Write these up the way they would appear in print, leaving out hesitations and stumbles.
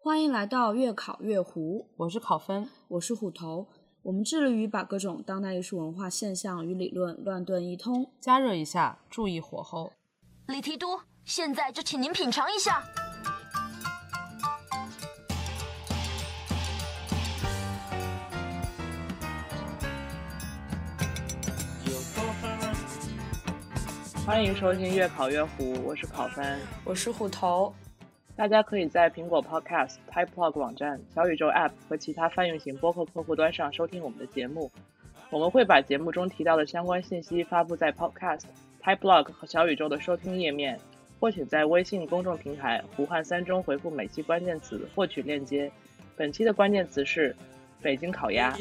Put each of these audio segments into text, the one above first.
欢迎来到越考越糊， 我是考分， 我是虎头。我们致力于把各种当代艺术文化现象与理论乱炖一通， 加热一下，注意火候。 李提督，现在就请您品尝一下。 欢迎收听越考越糊，我是考分， 我是虎头。 大家可以在苹果 Podcast、Typeblog 网站、小宇宙 App 和其他泛用型播客客户端上收听我们的节目。我们会把节目中提到的相关信息发布在 Podcast、Typeblog 和小宇宙的收听页面，或请在微信公众平台胡汉三中回复每期关键词获取链接。本期的关键词是北京烤鸭。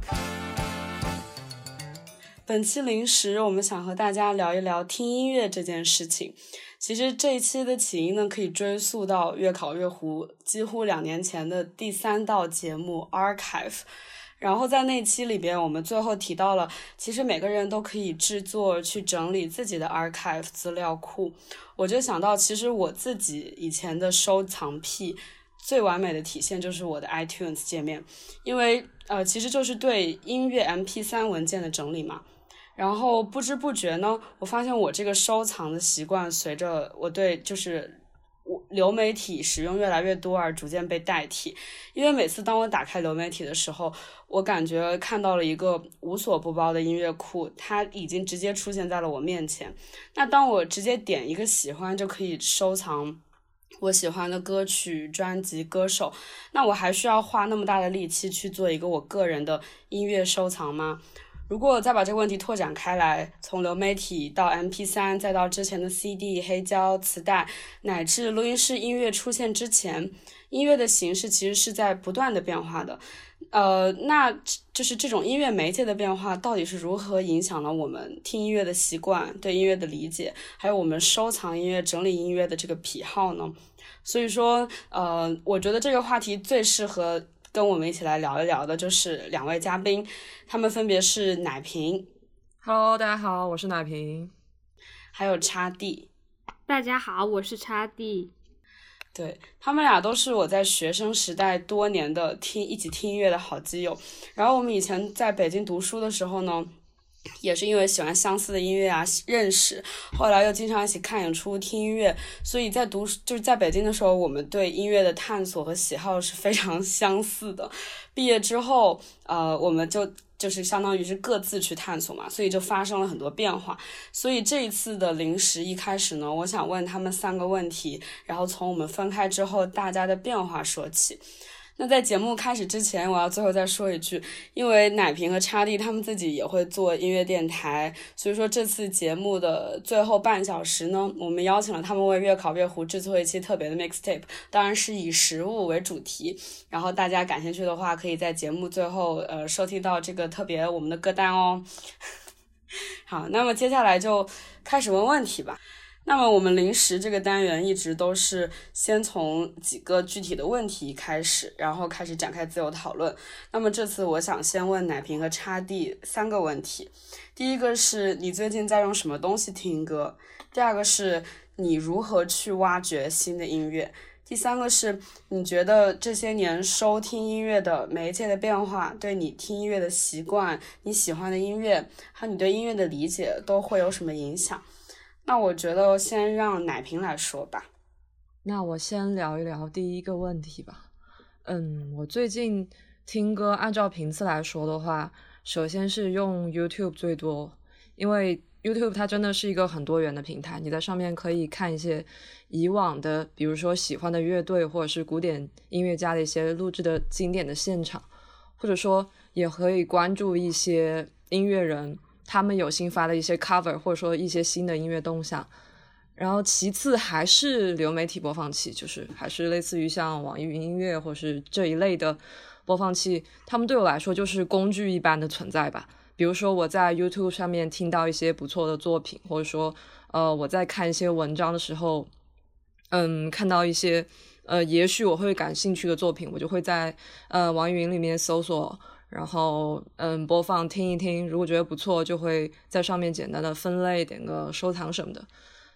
本期零食我们想和大家聊一聊听音乐这件事情。其实这一期的起因呢，可以追溯到越考越糊几乎2年前的第3道节目 Archive。 然后在那期里边我们最后提到了，其实每个人都可以制作去整理自己的 Archive 资料库。我就想到其实我自己以前的收藏癖最完美的体现就是我的 iTunes 界面，因为其实就是对音乐 MP3 文件的整理嘛。然后不知不觉呢，我发现我这个收藏的习惯随着我对流媒体使用越来越多而逐渐被代替。因为每次当我打开流媒体的时候，我感觉看到了一个无所不包的音乐库，它已经直接出现在了我面前。那当我直接点一个喜欢就可以收藏我喜欢的歌曲、专辑、歌手，那我还需要花那么大的力气去做一个我个人的音乐收藏吗？如果再把这个问题拓展开来，从流媒体到 MP3 再到之前的 CD、黑胶、磁带，乃至录音室音乐出现之前，音乐的形式其实是在不断的变化的。那就是这种音乐媒介的变化到底是如何影响了我们听音乐的习惯、对音乐的理解，还有我们收藏音乐、整理音乐的这个癖好呢？所以说我觉得这个话题最适合跟我们一起来聊一聊的就是2位嘉宾，他们分别是奶瓶。 Hello， 大家好，我是奶瓶。 还有叉弟。 大家好，我是叉弟。 对，他们俩都是我在学生时代多年的一起听音乐的好基友。然后我们以前在北京读书的时候呢，也是因为喜欢相似的音乐啊认识，后来又经常一起看演出听音乐，所以就是在北京的时候，我们对音乐的探索和喜好是非常相似的。毕业之后我们就是相当于是各自去探索嘛，所以就发生了很多变化。所以这一次的零食一开始呢，我想问他们3个问题，然后从我们分开之后大家的变化说起。那在节目开始之前，我要最后再说一句，因为奶瓶和叉弟他们自己也会做音乐电台，所以说这次节目的最后半小时呢，我们邀请了他们为越考越糊制作一期特别的 mixtape， 当然是以食物为主题。然后大家感兴趣的话，可以在节目最后收听到这个特别我们的歌单哦。好，那么接下来就开始问问题吧。那么我们零食这个单元一直都是先从几个具体的问题开始，然后开始展开自由讨论。那么这次我想先问奶瓶和叉弟3个问题。第一个是你最近在用什么东西听歌？第二个是你如何去挖掘新的音乐？第3个是你觉得这些年收听音乐的媒介的变化对你听音乐的习惯、你喜欢的音乐和你对音乐的理解都会有什么影响？那我觉得先让奶瓶来说吧。 那我先聊一聊第一个问题吧。我最近听歌按照频次来说的话，首先是用 YouTube 最多，因为 YouTube 它真的是一个很多元的平台，你在上面可以看一些以往的，比如说喜欢的乐队或者是古典音乐家的一些录制的经典的现场，或者说也可以关注一些音乐人他们有新发的一些 cover， 或者说一些新的音乐动向。然后其次还是流媒体播放器，就是还是类似于像网易云音乐或是这一类的播放器，他们对我来说就是工具一般的存在吧。比如说我在 YouTube 上面听到一些不错的作品，或者说我在看一些文章的时候看到一些也许我会感兴趣的作品，我就会在网易云里面搜索，然后播放听一听，如果觉得不错就会在上面简单的分类点个收藏什么的。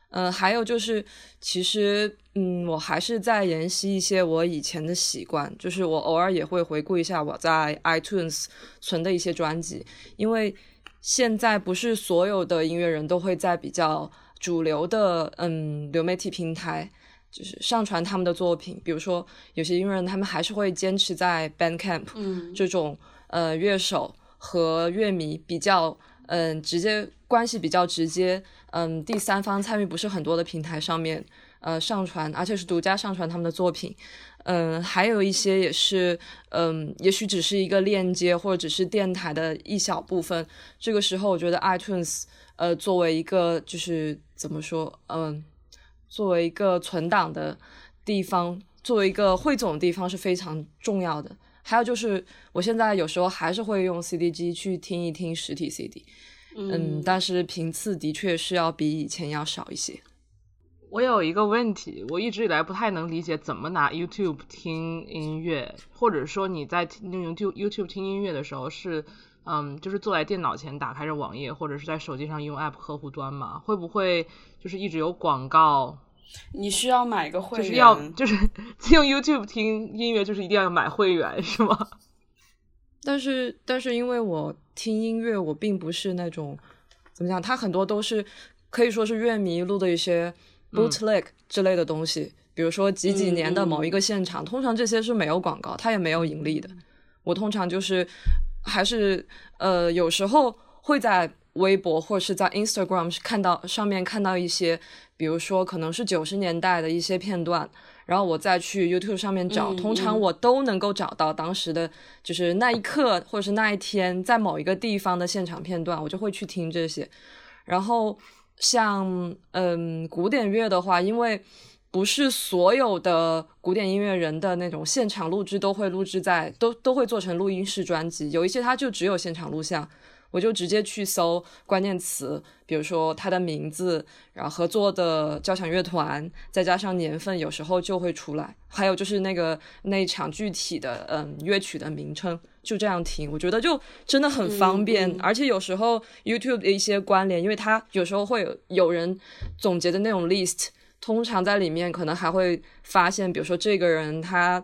还有就是，其实，我还是在沿袭一些我以前的习惯，就是我偶尔也会回顾一下我在 iTunes 存的一些专辑，因为现在不是所有的音乐人都会在比较主流的流媒体平台就是上传他们的作品，比如说有些音乐人他们还是会坚持在 Bandcamp 这种乐手和乐迷比较直接关系比较直接第三方参与不是很多的平台上面上传，而且是独家上传他们的作品。还有一些也是也许只是一个链接或者只是电台的一小部分，这个时候我觉得 iTunes 作为一个就是怎么说作为一个存档的地方，作为一个汇总的地方是非常重要的。还有就是我现在有时候还是会用 CD 机去听一听实体 CD，但是频次的确是要比以前要少一些。 我有一个问题，我一直以来不太能理解怎么拿 YouTube 听音乐，或者说你在用 YouTube 听音乐的时候是就是坐在电脑前打开着网页，或者是在手机上用 App 客户端嘛？会不会就是一直有广告？ 你需要买个会员， 就是用 YouTube 听音乐就是一定要买会员是吗？ 但是因为我听音乐我并不是那种怎么讲，它很多都是可以说是乐迷录的一些 bootleg 之类的东西，比如说几年的某一个现场，通常这些是没有广告，它也没有盈利的。我通常就是还是有时候会在微博或者是在 Instagram 上面看到一些比如说可能是90年代的一些片段，然后我再去 YouTube 上面找，通常我都能够找到当时的就是那一刻或者是那一天在某一个地方的现场片段，我就会去听这些。然后像古典乐的话，因为不是所有的古典音乐人的那种现场录制都会录制在都会做成录音室专辑，有一些它就只有现场录像，我就直接去搜关键词，比如说他的名字，然后合作的交响乐团，再加上年份，有时候就会出来。还有就是那一场具体的乐曲的名称，就这样听，我觉得就真的很方便。而且有时候 YouTube 的一些关联，因为它有时候会有人总结的那种 list， 通常在里面可能还会发现，比如说这个人他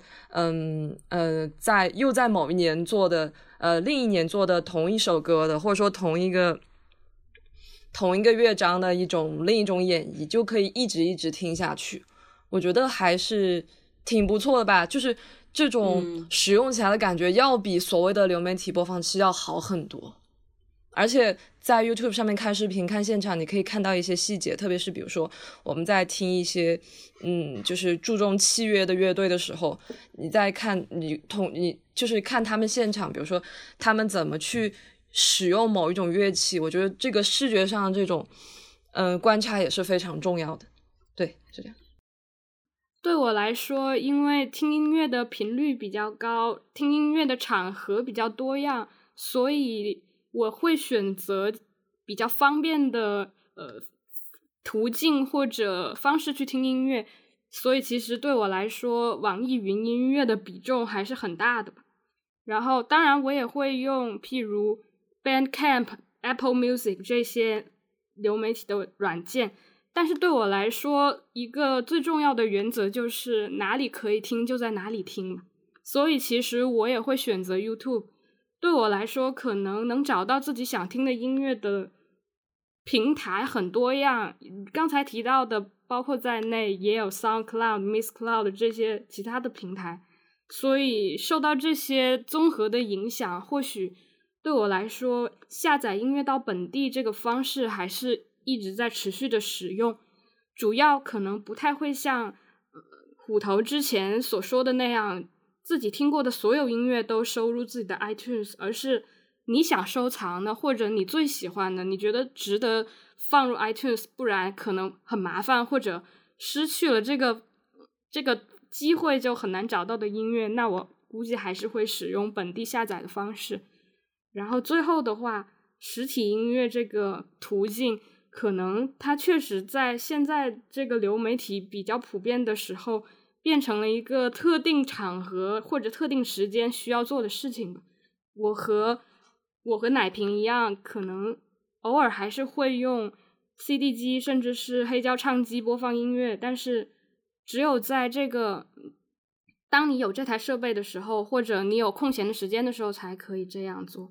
又在某一年做的另一年做的同一首歌的，或者说同一个乐章的另一种演绎，就可以一直听下去。我觉得还是挺不错的吧，就是这种使用起来的感觉要比所谓的流媒体播放器要好很多。而且在 YouTube 上面看视频看现场，你可以看到一些细节，特别是比如说我们在听一些就是注重器乐的乐队的时候，你在看你就是看他们现场，比如说他们怎么去使用某一种乐器，我觉得这个视觉上的这种观察也是非常重要的。对，是这样。 对我来说，因为听音乐的频率比较高，听音乐的场合比较多样，所以我会选择比较方便的途径或者方式去听音乐，所以其实对我来说，网易云音乐的比重还是很大的吧。然后当然我也会用譬如 Bandcamp、Apple Music 这些流媒体的软件，但是对我来说，一个最重要的原则就是哪里可以听就在哪里听嘛。所以其实我也会选择 YouTube。对我来说，可能能找到自己想听的音乐的平台很多样，刚才提到的包括在内，也有 SoundCloud、Mixcloud 这些其他的平台。所以受到这些综合的影响，或许对我来说，下载音乐到本地这个方式还是一直在持续的使用，主要可能不太会像虎头之前所说的那样，自己听过的所有音乐都收入自己的 iTunes， 而是你想收藏的或者你最喜欢的，你觉得值得放入 iTunes， 不然可能很麻烦或者失去了这个机会就很难找到的音乐，那我估计还是会使用本地下载的方式。然后最后的话，实体音乐这个途径可能它确实在现在这个流媒体比较普遍的时候变成了一个特定场合或者特定时间需要做的事情吧。我和奶瓶一样，可能偶尔还是会用 CD 机甚至是黑胶唱机播放音乐，但是只有在当你有这台设备的时候，或者你有空闲的时间的时候才可以这样做。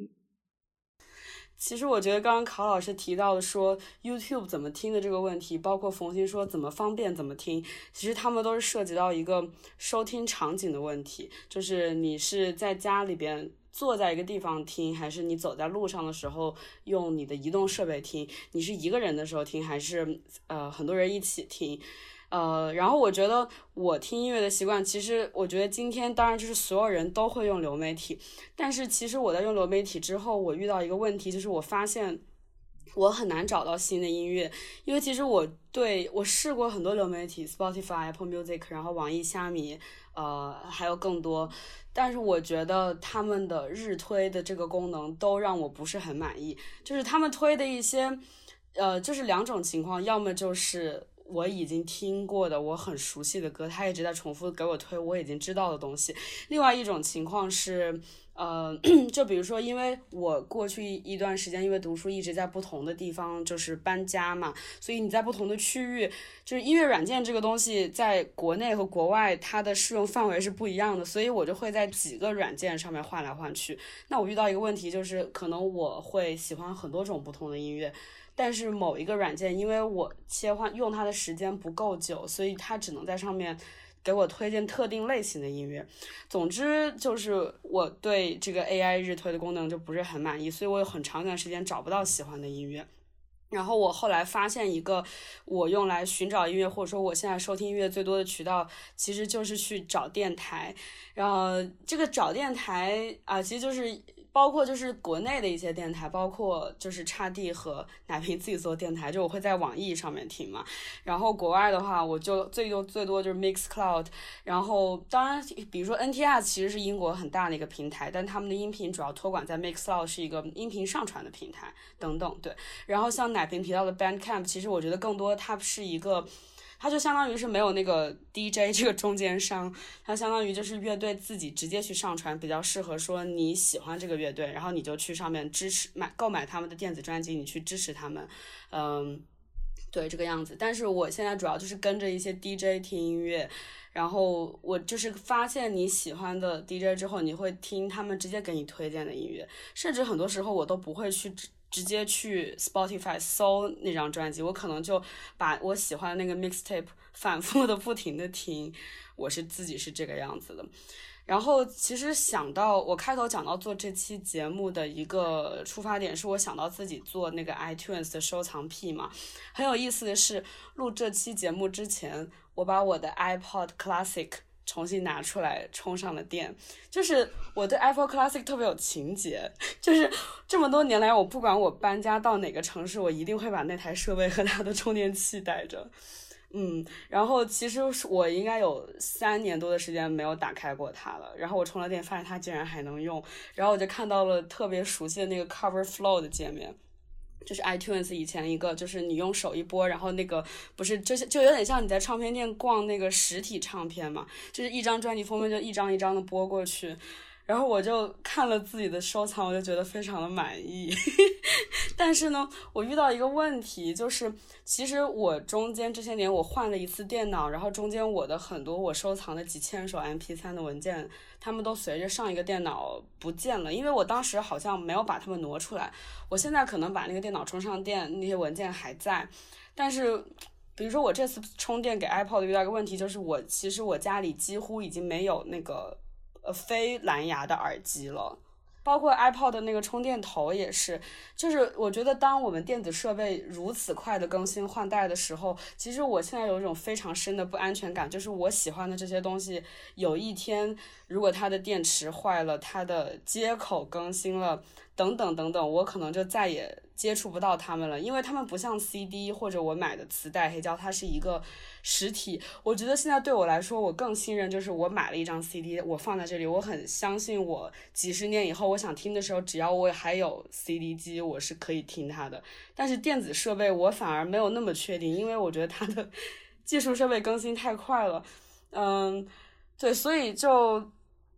其实我觉得刚刚考老师提到的说 YouTube 怎么听的这个问题，包括冯鑫说怎么方便怎么听，其实他们都是涉及到一个收听场景的问题，就是你是在家里边坐在一个地方听，还是你走在路上的时候用你的移动设备听，你是一个人的时候听，还是很多人一起听。然后我觉得我听音乐的习惯，其实我觉得今天当然就是所有人都会用流媒体，但是其实我在用流媒体之后，我遇到一个问题，就是我发现我很难找到新的音乐，因为其实我试过很多流媒体 Spotify、Apple Music， 然后网易、虾米还有更多，但是我觉得他们的日推的这个功能都让我不是很满意，就是他们推的一些就是两种情况，要么就是我已经听过的我很熟悉的歌，他一直在重复给我推我已经知道的东西。另外一种情况是就比如说因为我过去一段时间因为读书一直在不同的地方就是搬家嘛，所以你在不同的区域，就是音乐软件这个东西在国内和国外它的适用范围是不一样的，所以我就会在几个软件上面换来换去。那我遇到一个问题，就是可能我会喜欢很多种不同的音乐，但是某一个软件因为我切换用它的时间不够久，所以它只能在上面给我推荐特定类型的音乐。总之就是我对这个 AI 日推的功能就不是很满意，所以我有很长一段时间找不到喜欢的音乐。然后我后来发现一个我用来寻找音乐，或者说我现在收听音乐最多的渠道，其实就是去找电台。然后这个找电台其实就是包括就是国内的一些电台，包括就是叉 D 和奶瓶自己做电台，就我会在网易上面听嘛。然后国外的话，我就最多就是 Mixcloud。然后当然比如说 NTS 其实是英国很大的一个平台，但他们的音频主要托管在 Mixcloud， 是一个音频上传的平台等等。对，然后像奶瓶提到的 Bandcamp， 其实我觉得更多它是一个，它就相当于是没有那个 DJ 这个中间商，它相当于就是乐队自己直接去上传，比较适合说你喜欢这个乐队，然后你就去上面购买他们的电子专辑，你去支持他们。对，这个样子。但是我现在主要就是跟着一些 DJ 听音乐，然后我就是发现你喜欢的 DJ 之后，你会听他们直接给你推荐的音乐，甚至很多时候我都不会去直接去 Spotify 搜那张专辑，我可能就把我喜欢的那个 mixtape 反复的不停的听，我是自己是这个样子的。然后其实想到我开头讲到做这期节目的一个出发点，是我想到自己做那个 iTunes 的收藏癖嘛。很有意思的是，录这期节目之前，我把我的 iPod Classic 重新拿出来充上了电。就是我对 iPod Classic 特别有情节，就是这么多年来，我不管我搬家到哪个城市，我一定会把那台设备和它的充电器带着。然后其实我应该有3年多的时间没有打开过它了，然后我充了电发现它竟然还能用，然后我就看到了特别熟悉的那个 Cover Flow 的界面，就是 iTunes 以前一个，就是你用手一拨，然后那个不是就有点像你在唱片店逛那个实体唱片嘛，就是一张专辑封面就一张一张的拨过去。然后我就看了自己的收藏，我就觉得非常的满意。但是呢，我遇到一个问题，就是其实我中间这些年我换了一次电脑，然后中间我的很多我收藏的几千首 MP3 的文件，他们都随着上一个电脑不见了，因为我当时好像没有把它们挪出来。我现在可能把那个电脑充上电，那些文件还在，但是比如说我这次充电给 iPod 遇到一个问题，就是其实我家里几乎已经没有那个非蓝牙的耳机了，包括 iPod 的那个充电头也是。就是我觉得当我们电子设备如此快的更新换代的时候，其实我现在有一种非常深的不安全感，就是我喜欢的这些东西有一天如果它的电池坏了，它的接口更新了等等等等，我可能就再也接触不到它们了，因为它们不像 CD 或者我买的磁带黑胶，它是一个实体。我觉得现在对我来说，我更信任就是我买了一张 CD 我放在这里，我很相信我几十年以后我想听的时候，只要我还有 CD 机我是可以听它的。但是电子设备我反而没有那么确定，因为我觉得它的技术设备更新太快了。对，所以就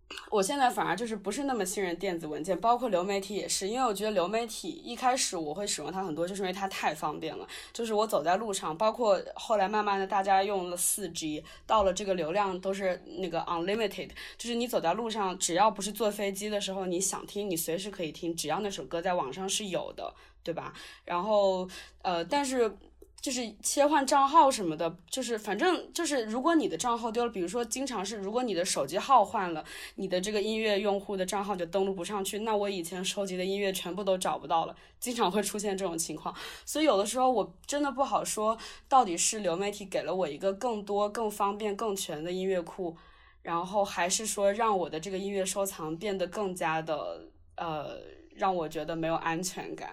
我现在反而就是不是那么信任电子文件，包括流媒体也是，因为我觉得流媒体一开始我会使用它很多，就是因为它太方便了，就是我走在路上，包括后来慢慢的大家用了 4G， 到了这个流量都是那个 unlimited， 就是你走在路上，只要不是坐飞机的时候你想听，你随时可以听，只要那首歌在网上是有的，对吧？然后但是就是切换账号什么的，就是反正就是如果你的账号丢了，比如说经常是如果你的手机号换了，你的这个音乐用户的账号就登录不上去，那我以前收集的音乐全部都找不到了，经常会出现这种情况。所以有的时候我真的不好说到底是流媒体给了我一个更多更方便更全的音乐库，然后还是说让我的这个音乐收藏变得更加的让我觉得没有安全感。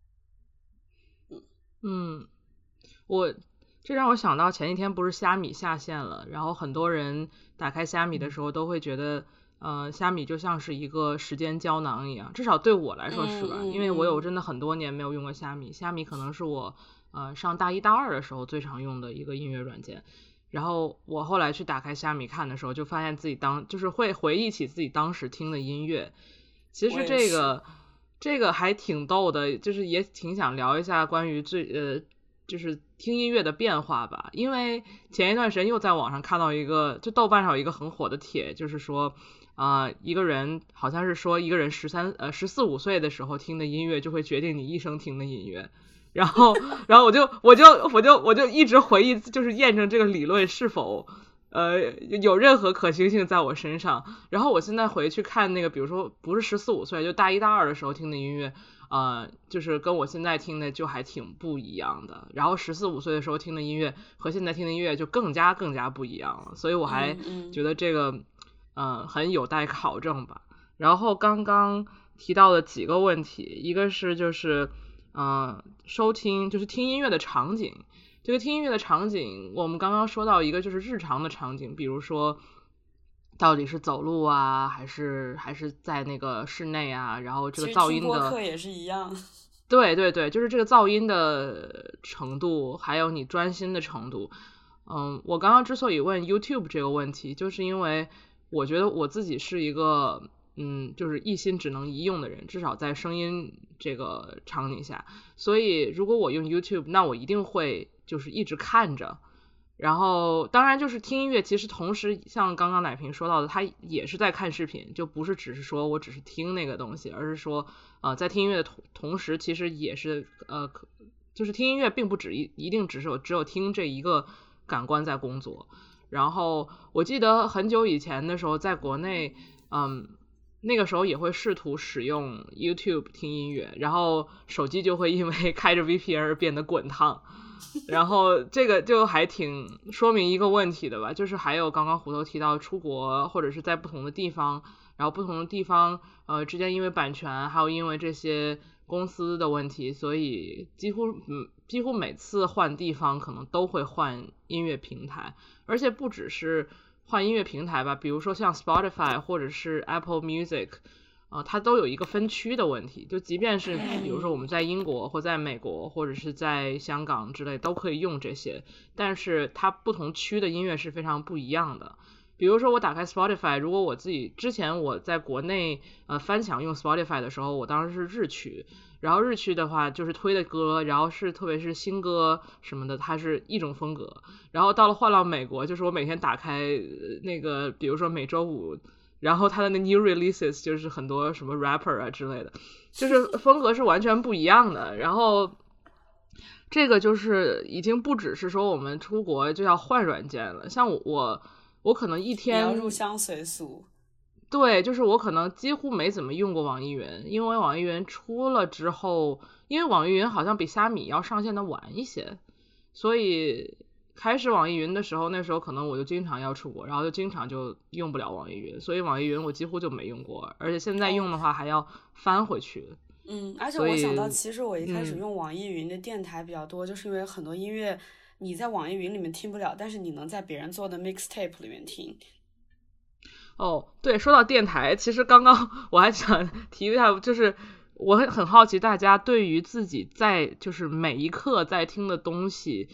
这让我想到前几天不是虾米下线了，然后很多人打开虾米的时候都会觉得虾米就像是一个时间胶囊一样，至少对我来说是吧，因为我有真的很多年没有用过虾米，虾米可能是我上大一大二的时候最常用的一个音乐软件，然后我后来去打开虾米看的时候就发现自己就是会回忆起自己当时听的音乐。其实这个还挺逗的，就是也挺想聊一下关于就是听音乐的变化吧，因为前一段时间又在网上看到一个，就豆瓣上有一个很火的帖，就是说一个人好像是说一个人14、15岁的时候听的音乐就会决定你一生听的音乐，然后我就一直回忆，就是验证这个理论是否有任何可行性在我身上。然后我现在回去看那个，比如说不是14、15岁，就大一大二的时候听的音乐，就是跟我现在听的就还挺不一样的。然后14、15岁的时候听的音乐和现在听的音乐就更加不一样了。所以我还觉得这个很有待考证吧。然后刚刚提到的几个问题，一个是就是收听，就是听音乐的场景。这个听音乐的场景，我们刚刚说到一个就是日常的场景，比如说到底是走路啊，还是在那个室内啊，然后这个噪音的， 其实听播客也是一样。 对对对，就是这个噪音的程度，还有你专心的程度。我刚刚之所以问 YouTube 这个问题，就是因为我觉得我自己是一个就是一心只能一用的人，至少在声音这个场景下，所以如果我用 YouTube， 那我一定会就是一直看着。然后当然就是听音乐，其实同时像刚刚奶瓶说到的，他也是在看视频，就不是只是说我只是听那个东西，而是说在听音乐的同时其实也是就是听音乐并不一定只有听这一个感官在工作。然后我记得很久以前的时候在国内那个时候也会试图使用 YouTube 听音乐，然后手机就会因为开着 VPN 而变得滚烫。然后这个就还挺说明一个问题的吧，就是还有刚刚虎头提到出国或者是在不同的地方，然后不同的地方之间因为版权还有因为这些公司的问题，所以几乎每次换地方可能都会换音乐平台，而且不只是换音乐平台吧，比如说像 Spotify 或者是 Apple Music，它都有一个分区的问题，就即便是比如说我们在英国或在美国或者是在香港之类都可以用这些，但是它不同区的音乐是非常不一样的。比如说我打开 Spotify， 如果我自己之前我在国内翻墙用 Spotify 的时候，我当时是日区，然后日区的话就是推的歌，然后是特别是新歌什么的，它是一种风格。然后换到美国，就是我每天打开那个比如说每周五，然后它的那 new releases 就是很多什么 rapper 啊之类的，就是风格是完全不一样的。然后这个就是已经不只是说我们出国就要换软件了，像我可能一天你要入乡随俗。 对，就是我可能几乎没怎么用过网易云，因为网易云出了之后，因为网易云好像比虾米要上线的晚一些，所以开始网易云的时候，那时候可能我就经常要出国，然后就经常就用不了网易云，所以网易云我几乎就没用过，而且现在用的话还要翻回去。 而且我想到其实我一开始用网易云的电台比较多，就是因为很多音乐你在网易云里面听不了，但是你能在别人做的 mixtape 里面听。 对，说到电台，其实刚刚我还想提一下，就是我很好奇大家对于自己在就是每一刻在听的东西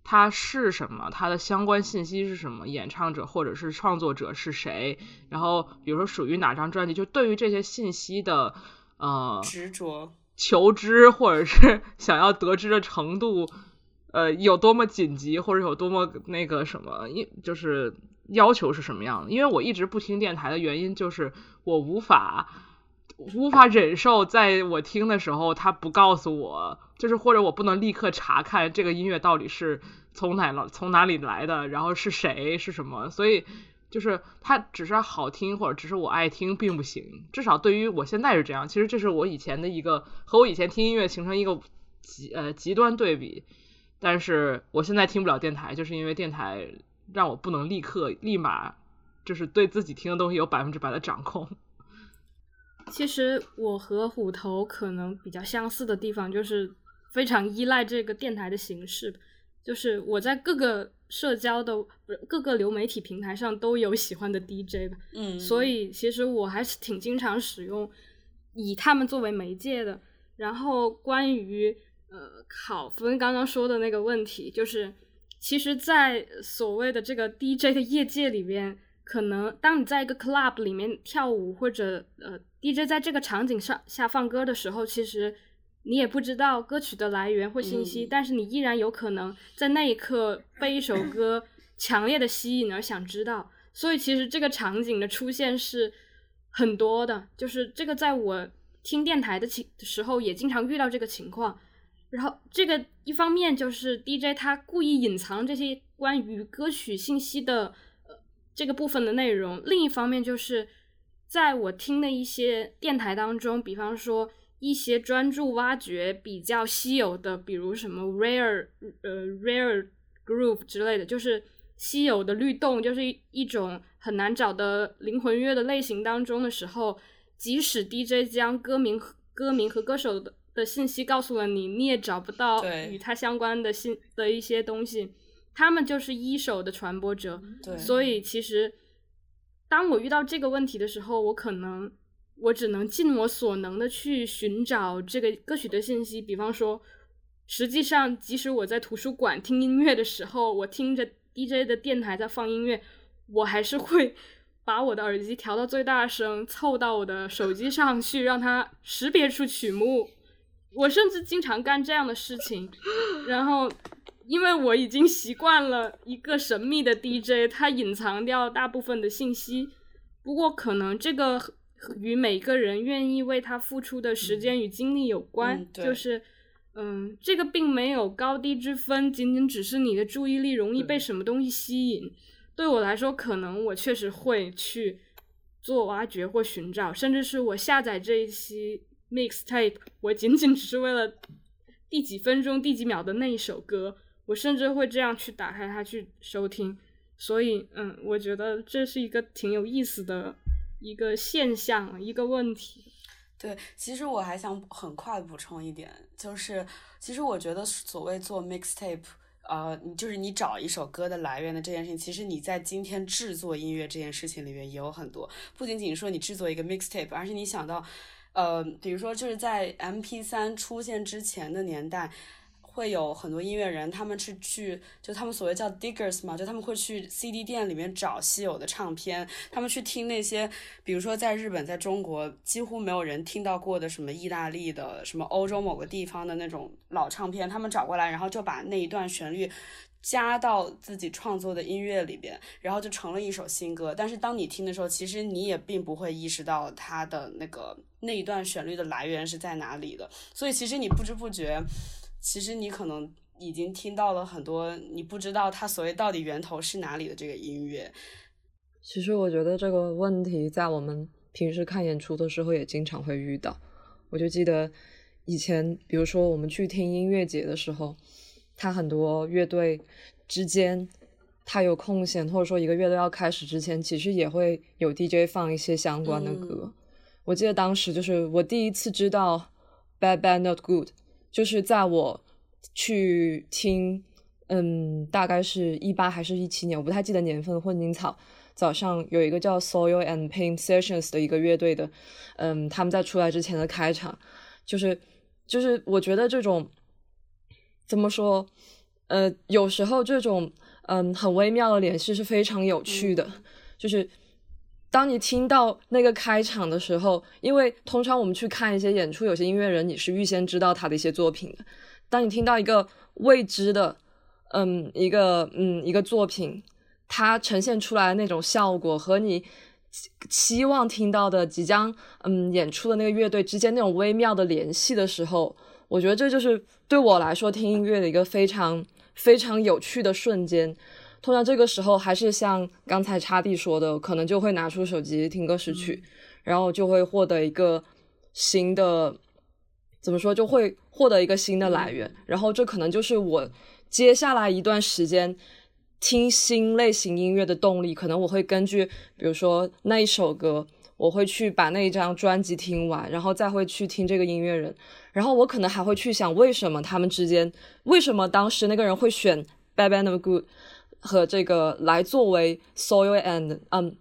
它是什么，它的相关信息是什么，演唱者或者是创作者是谁，然后比如说属于哪张专辑，就对于这些信息的执着求知或者是想要得知的程度有多么紧急，或者有多么那个什么，就是要求是什么样的。因为我一直不听电台的原因就是我无法忍受在我听的时候他不告诉我，就是或者我不能立刻查看这个音乐到底是从哪里来的，然后是谁是什么，所以就是它只是好听或者只是我爱听并不行，至少对于我现在是这样。其实这是我以前的一个和我以前听音乐形成一个极端对比，但是我现在听不了电台，就是因为电台让我不能立马就是对自己听的东西有100%的掌控。 其实我和虎头可能比较相似的地方就是非常依赖这个电台的形式，就是我在各个社交的各个流媒体平台上都有喜欢的 DJ 吧，所以其实我还是挺经常使用以他们作为媒介的。然后关于考分刚刚说的那个问题，就是其实在所谓的这个 DJ 的业界里面，可能当你在一个 club 里面跳舞，或者DJ 在这个场景下放歌的时候，其实你也不知道歌曲的来源或信息，但是你依然有可能在那一刻被一首歌强烈的吸引而想知道。所以其实这个场景的出现是很多的，就是这个在我听电台的时候也经常遇到这个情况。然后这个一方面就是 DJ 他故意隐藏这些关于歌曲信息的这个部分的内容，另一方面就是在我听的一些电台当中，比方说一些专注挖掘比较稀有的，比如什么 rare groove 之类的，就是稀有的律动，就是一种很难找的灵魂乐的类型当中的时候，即使 DJ 将歌名和歌手的信息告诉了你，你也找不到与它相关的一些东西，他们就是一手的传播者。所以其实当我遇到这个问题的时候，我只能尽我所能的去寻找这个歌曲的信息。比方说实际上即使我在图书馆听音乐的时候，我听着 DJ 的电台在放音乐，我还是会把我的耳机调到最大声，凑到我的手机上去，让它识别出曲目。我甚至经常干这样的事情。然后因为我已经习惯了一个神秘的 DJ 他隐藏掉大部分的信息，不过可能这个与每个人愿意为他付出的时间与精力有关，就是这个并没有高低之分，仅仅只是你的注意力容易被什么东西吸引。对我来说，可能我确实会去做挖掘或寻找，甚至是我下载这一期 mixtape 我仅仅只是为了第几分钟第几秒的那一首歌，我甚至会这样去打开它去收听。所以我觉得这是一个挺有意思的一个现象，一个问题。 对，其实我还想很快补充一点，就是其实我觉得所谓做 mixtape就是你找一首歌的来源的这件事情，其实你在今天制作音乐这件事情里面也有很多，不仅仅说你制作一个 mixtape， 而是你想到比如说就是在 MP3 出现之前的年代，会有很多音乐人他们是去就他们所谓叫 diggers 嘛，就他们会去 CD 店里面找稀有的唱片，他们去听那些比如说在日本在中国几乎没有人听到过的什么意大利的什么欧洲某个地方的那种老唱片，他们找过来，然后就把那一段旋律加到自己创作的音乐里边，然后就成了一首新歌。但是当你听的时候，其实你也并不会意识到它的那一段旋律的来源是在哪里的，所以其实你不知不觉，其实你可能已经听到了很多你不知道它所谓到底源头是哪里的这个音乐。 其实我觉得这个问题在我们平时看演出的时候也经常会遇到。我就记得以前比如说我们去听音乐节的时候，他很多乐队之间他有空闲，或者说一个乐队要开始之前，其实也会有 DJ 放一些相关的歌。我记得当时就是我第一次知道 Bad Bad Not Good， 就是在我去听大概是18还是17年，我不太记得年份，混凝草早上有一个叫 Soil and Pain Sessions 的一个乐队的他们在出来之前的开场，就是我觉得这种怎么说有时候这种很微妙的联系是非常有趣的，就是当你听到那个开场的时候，因为通常我们去看一些演出，有些音乐人你是预先知道他的一些作品的，当你听到一个未知的一个作品，它呈现出来的那种效果和你期望听到的即将演出的那个乐队之间那种微妙的联系的时候，我觉得这就是对我来说听音乐的一个非常非常有趣的瞬间。通常这个时候还是像刚才插弟说的，可能就会拿出手机听歌识曲，然后就会获得一个新的，怎么说，就会获得一个新的来源，然后这可能就是我接下来一段时间听新类型音乐的动力。可能我会根据比如说那一首歌，我会去把那一张专辑听完，然后再会去听这个音乐人，然后我可能还会去想为什么他们之间，为什么当时那个人会选 Bad Bad No Good 和这个来作为 Soil and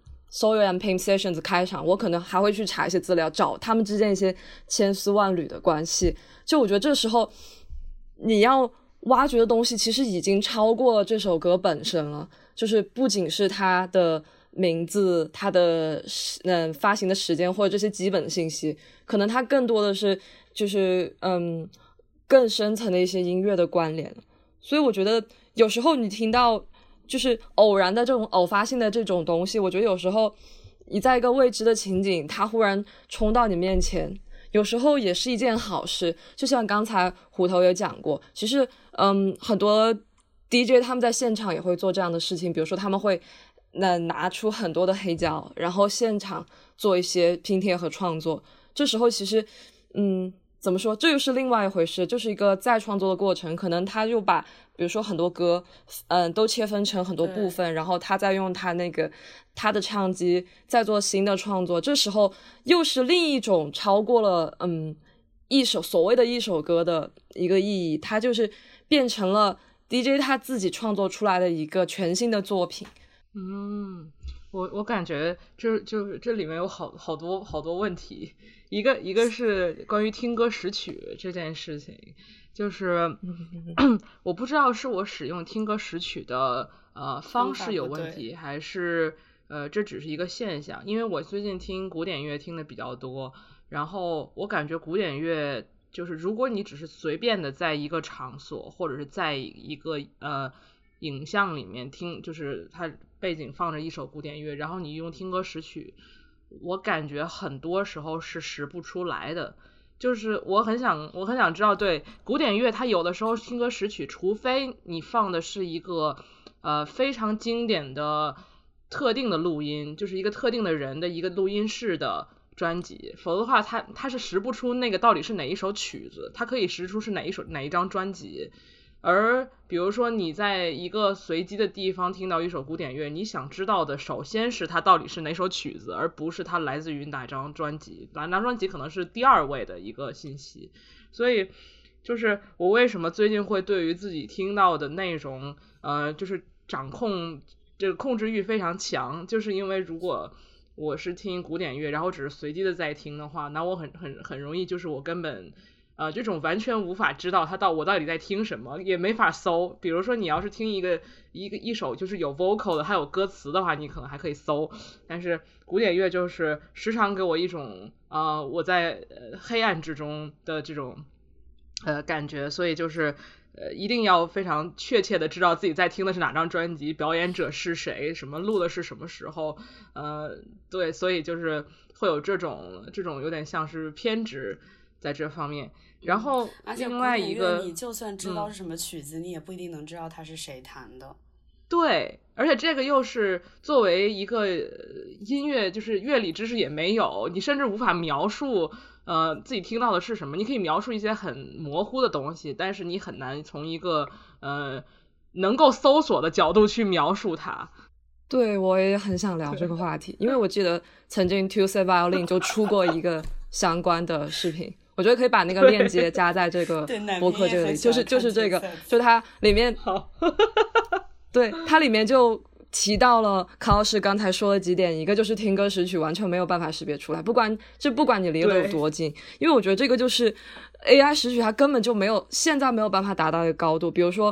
Pain Sessions 开场，我可能还会去查一些资料，找他们之间一些千丝万缕的关系。就我觉得这时候你要挖掘的东西其实已经超过这首歌本身了，就是不仅是它的名字，它的发行的时间或者这些基本信息，可能它更多的是就是更深层的一些音乐的关联。所以我觉得有时候你听到就是偶然的这种偶发性的这种东西，我觉得有时候你在一个未知的情景，它忽然冲到你面前，有时候也是一件好事。就像刚才虎头也讲过，其实很多 DJ 他们在现场也会做这样的事情，比如说他们会拿出很多的黑胶，然后现场做一些拼贴和创作。这时候其实怎么说，这又是另外一回事，就是一个再创作的过程。可能他就把比如说很多歌都切分成很多部分，然后他再用他的唱机再做新的创作。这时候又是另一种超过了所谓的一首歌的一个意义，它就是变成了 DJ 他自己创作出来的一个全新的作品。 我感觉就是这里面有好多问题。一个是关于听歌识曲这件事情，就是我不知道是我使用听歌识曲的方式有问题，还是这只是一个现象。因为我最近听古典乐听的比较多，然后我感觉古典乐就是如果你只是随便的在一个场所或者是在一个影像里面听，就是它背景放着一首古典乐，然后你用听歌识曲，我感觉很多时候是识不出来的。就是我很想知道，对古典乐它有的时候听歌识曲，除非你放的是一个非常经典的特定的录音，就是一个特定的人的一个录音室的专辑，否则的话它是识不出那个到底是哪一首曲子，它可以识出是哪一张专辑。而比如说你在一个随机的地方听到一首古典乐，你想知道的首先是它到底是哪首曲子，而不是它来自于哪张专辑，哪张专辑可能是第二位的一个信息。所以就是我为什么最近会对于自己听到的内容就是这个控制欲非常强，就是因为如果我是听古典乐然后只是随机的在听的话，那我很容易就是我根本这种完全无法知道我到底在听什么，也没法搜。比如说你要是听一首就是有 vocal 的还有歌词的话，你可能还可以搜，但是古典乐就是时常给我一种我在黑暗之中的这种感觉。所以就是一定要非常确切的知道自己在听的是哪张专辑，表演者是谁，什么录的是什么时候，对，所以就是会有这种有点像是偏执在这方面。然后另外一个， 你就算知道是什么曲子，你也不一定能知道它是谁弹的。 对，而且这个又是作为一个音乐，就是乐理知识也没有，你甚至无法描述自己听到的是什么。你可以描述一些很模糊的东西，但是你很难从一个能够搜索的角度去描述它。 对，我也很想聊这个话题，因为我记得曾经 Tuesday Violin 就出过一个相关的视频，我觉得可以把那个链接加在这个播客这里，就是这个，就它里面，对，它里面就提到了康老师刚才说的几点，一个就是听歌识曲完全没有办法识别出来，不管你离得有多近，因为我觉得这个就是 AI 识曲它根本就现在没有办法达到一个高度。比如说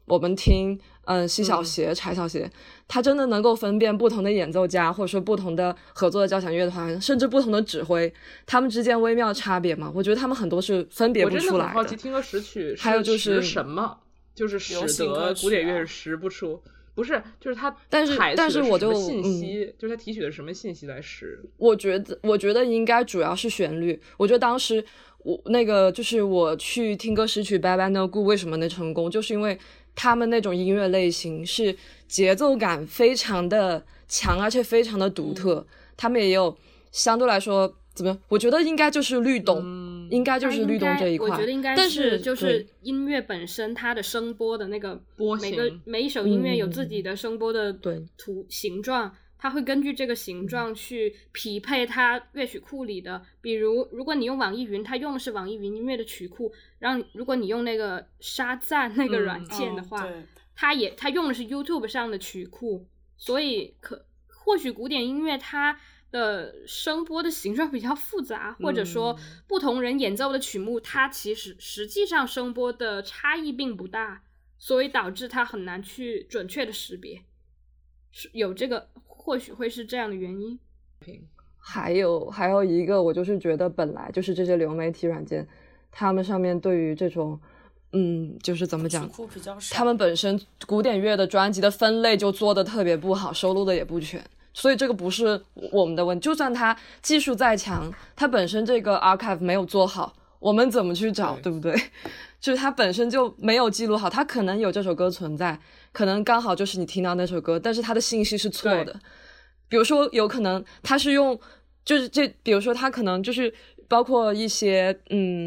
我们听西小协、柴小协，他真的能够分辨不同的演奏家，或者说不同的合作的交响乐团，甚至不同的指挥，他们之间微妙差别吗？我觉得他们很多是分别不出来的。 我真的很好奇，听歌识曲还有就是什么，就是使得古典乐识不出。不是，就是他但是我就信息，就是他提取的什么信息来识？ 我觉得应该主要是旋律。我觉得当时就是我去听歌识曲 Bad Bad No Good 为什么能成功，就是因为他们那种音乐类型是节奏感非常的强，而且非常的独特。他们也有相对来说怎么样？我觉得应该就是律动，应该就是律动这一块。 我觉得应该是就是音乐本身它的声波的那个波形， 每一首音乐有自己的声波的形状，它会根据这个形状去匹配它乐曲库里的。比如如果你用网易云，它用的是网易云音乐的曲库，然后如果你用那个沙赞那个软件的话，它用的是 YouTube 上的曲库，所以或许古典音乐它的声波的形状比较复杂，或者说不同人演奏的曲目，它实际上声波的差异并不大，所以导致它很难去准确的识别，有这个或许会是这样的原因。 还有一个，我就是觉得本来就是这些流媒体软件，他们上面对于这种就是怎么讲，他们本身古典乐的专辑的分类就做的特别不好，收录的也不全。所以这个不是我们的问题，就算他技术再强，他本身这个 archive 没有做好，我们怎么去找，对不对？就是他本身就没有记录好，他可能有这首歌存在，可能刚好就是你听到那首歌，但是他的信息是错的。比如说有可能他是用就是比如说他可能就是包括一些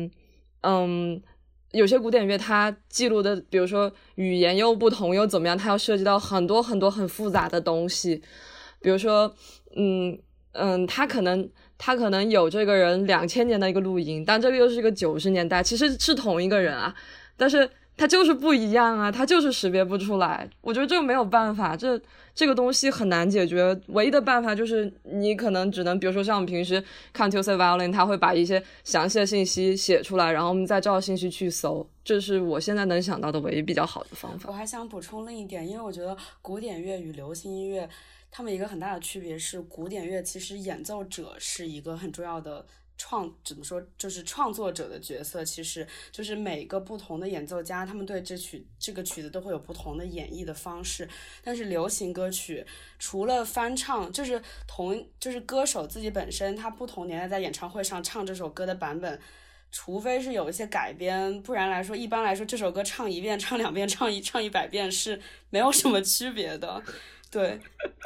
有些古典乐它记录的比如说语言又不同又怎么样，它要涉及到很多很多很复杂的东西。比如说他可能有这个人2000年的一个录音，但这个又是一个90年代，其实是同一个人啊，但是他就是不一样啊，他就是识别不出来。我觉得这没有办法，这个东西很难解决，唯一的办法就是你可能只能比如说像我们平时看 Tuesday Violin， 他会把一些详细的信息写出来，然后我们再照信息去搜，这是我现在能想到的唯一比较好的方法。 我还想补充另一点，因为我觉得古典乐与流行音乐他们一个很大的区别是，古典乐其实演奏者是一个很重要的怎么说，就是创作者的角色，其实就是每个不同的演奏家，他们对这个曲子都会有不同的演绎的方式。但是流行歌曲除了翻唱，就是歌手自己本身他不同年代在演唱会上唱这首歌的版本，除非是有一些改编，不然来说一般来说这首歌唱1遍唱2遍唱100遍是没有什么区别的。对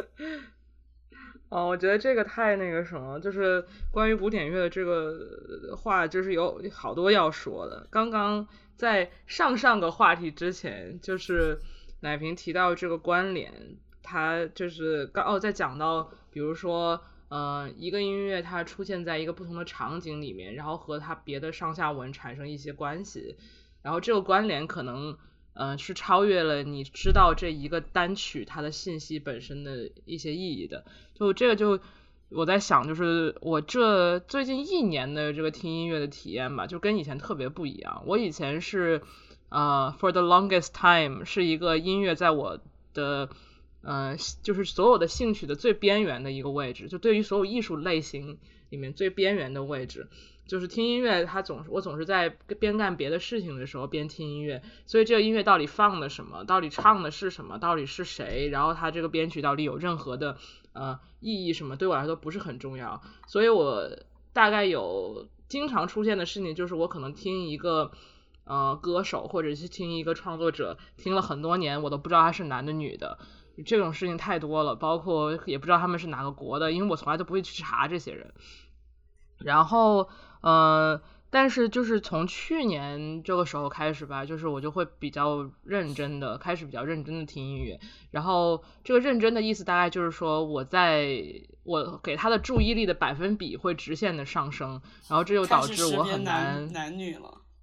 我觉得这个太那个什么，就是关于古典乐的这个话，就是有好多要说的。刚刚在上个话题之前，就是奶瓶提到这个关联，他就是在讲到比如说一个音乐它出现在一个不同的场景里面，然后和它别的上下文产生一些关系，然后这个关联可能是超越了你知道这一个单曲它的信息本身的一些意义的。就这个就我在想，就是我这最近1年的这个听音乐的体验吧，就跟以前特别不一样。我以前是for the longest time 是一个音乐在我的就是所有的兴趣的最边缘的一个位置，就对于所有艺术类型里面最边缘的位置。就是听音乐我总是在边干别的事情的时候边听音乐，所以这个音乐到底放的什么，到底唱的是什么，到底是谁，然后它这个编曲到底有任何的意义什么，对我来说不是很重要。所以我大概有经常出现的事情，就是我可能听一个歌手或者是听一个创作者听了很多年，我都不知道他是男的女的，这种事情太多了，包括也不知道他们是哪个国的，因为我从来都不会去查这些人。然后但是就是从去年这个时候开始吧，就是我就会比较认真的听音乐，然后这个认真的意思大概就是说我给他的注意力的百分比会直线的上升，然后这就导致我很难男女了。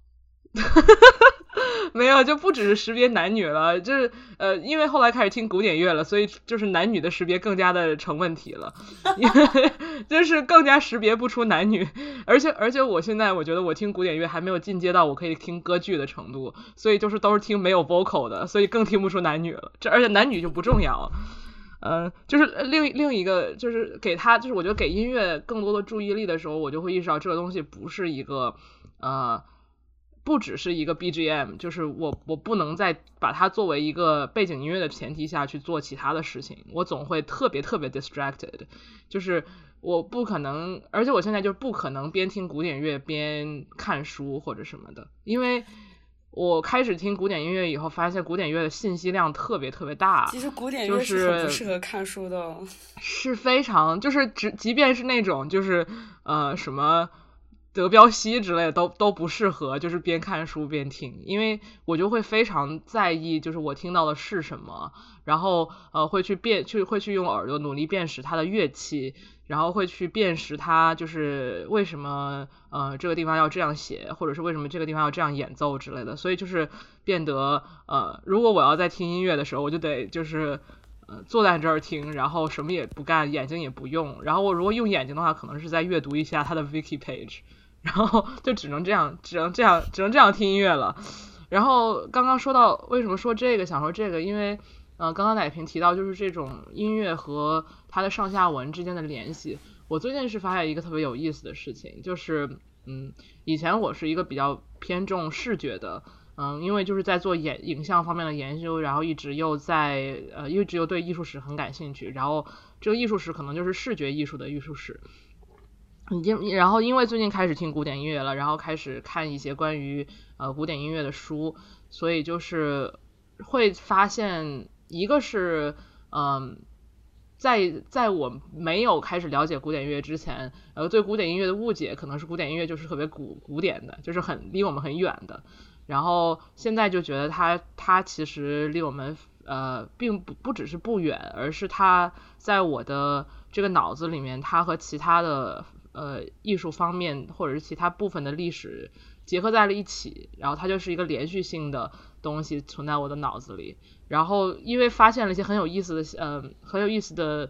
没有，就不只是识别男女了，就是因为后来开始听古典乐了，所以就是男女的识别更加的成问题了，因为就是更加识别不出男女，而且我现在我觉得我听古典乐还没有进阶到我可以听歌剧的程度，所以就是都是听没有 vocal 的，所以更听不出男女了，而且男女就不重要。就是另一个就是给他，就是我觉得给音乐更多的注意力的时候，我就会意识到这个东西不是一个不只是一个 BGM， 就是我不能再把它作为一个背景音乐的前提下去做其他的事情，我总会特别 distracted， 就是我不可能，而且我现在就不可能边听古典乐边看书或者什么的，因为我开始听古典音乐以后，发现古典乐的信息量特别大。 其实古典乐是很不适合看书的哦。 是非常，就是即便是那种就是什么德彪西之类的都不适合，就是边看书边听，因为我就会非常在意，就是我听到的是什么，然后会去用耳朵努力辨识它的乐器。然后会去辨识它就是为什么这个地方要这样写，或者是为什么这个地方要这样演奏之类的，所以就是变得如果我要在听音乐的时候，我就得就是坐在这儿听，然后什么也不干，眼睛也不用，然后我如果用眼睛的话，可能是在阅读一下它的 wiki page， 然后就只能这样听音乐了。然后刚刚说到为什么说这个，想说这个，因为刚刚奶瓶提到就是这种音乐和它的上下文之间的联系，我最近是发现一个特别有意思的事情，就是以前我是一个比较偏重视觉的，因为就是在做影像方面的研究，然后一直又对艺术史很感兴趣，然后这个艺术史可能就是视觉艺术的艺术史。然后因为最近开始听古典音乐了，然后开始看一些关于古典音乐的书，所以就是会发现一个是在我没有开始了解古典音乐之前，对古典音乐的误解可能是古典音乐就是特别古典的，就是离我们很远的，然后现在就觉得它其实离我们并不只是不远，而是它在我的这个脑子里面，它和其他的艺术方面或者是其他部分的历史结合在了一起，然后它就是一个连续性的东西存在我的脑子里。然后因为发现了一些很有意思的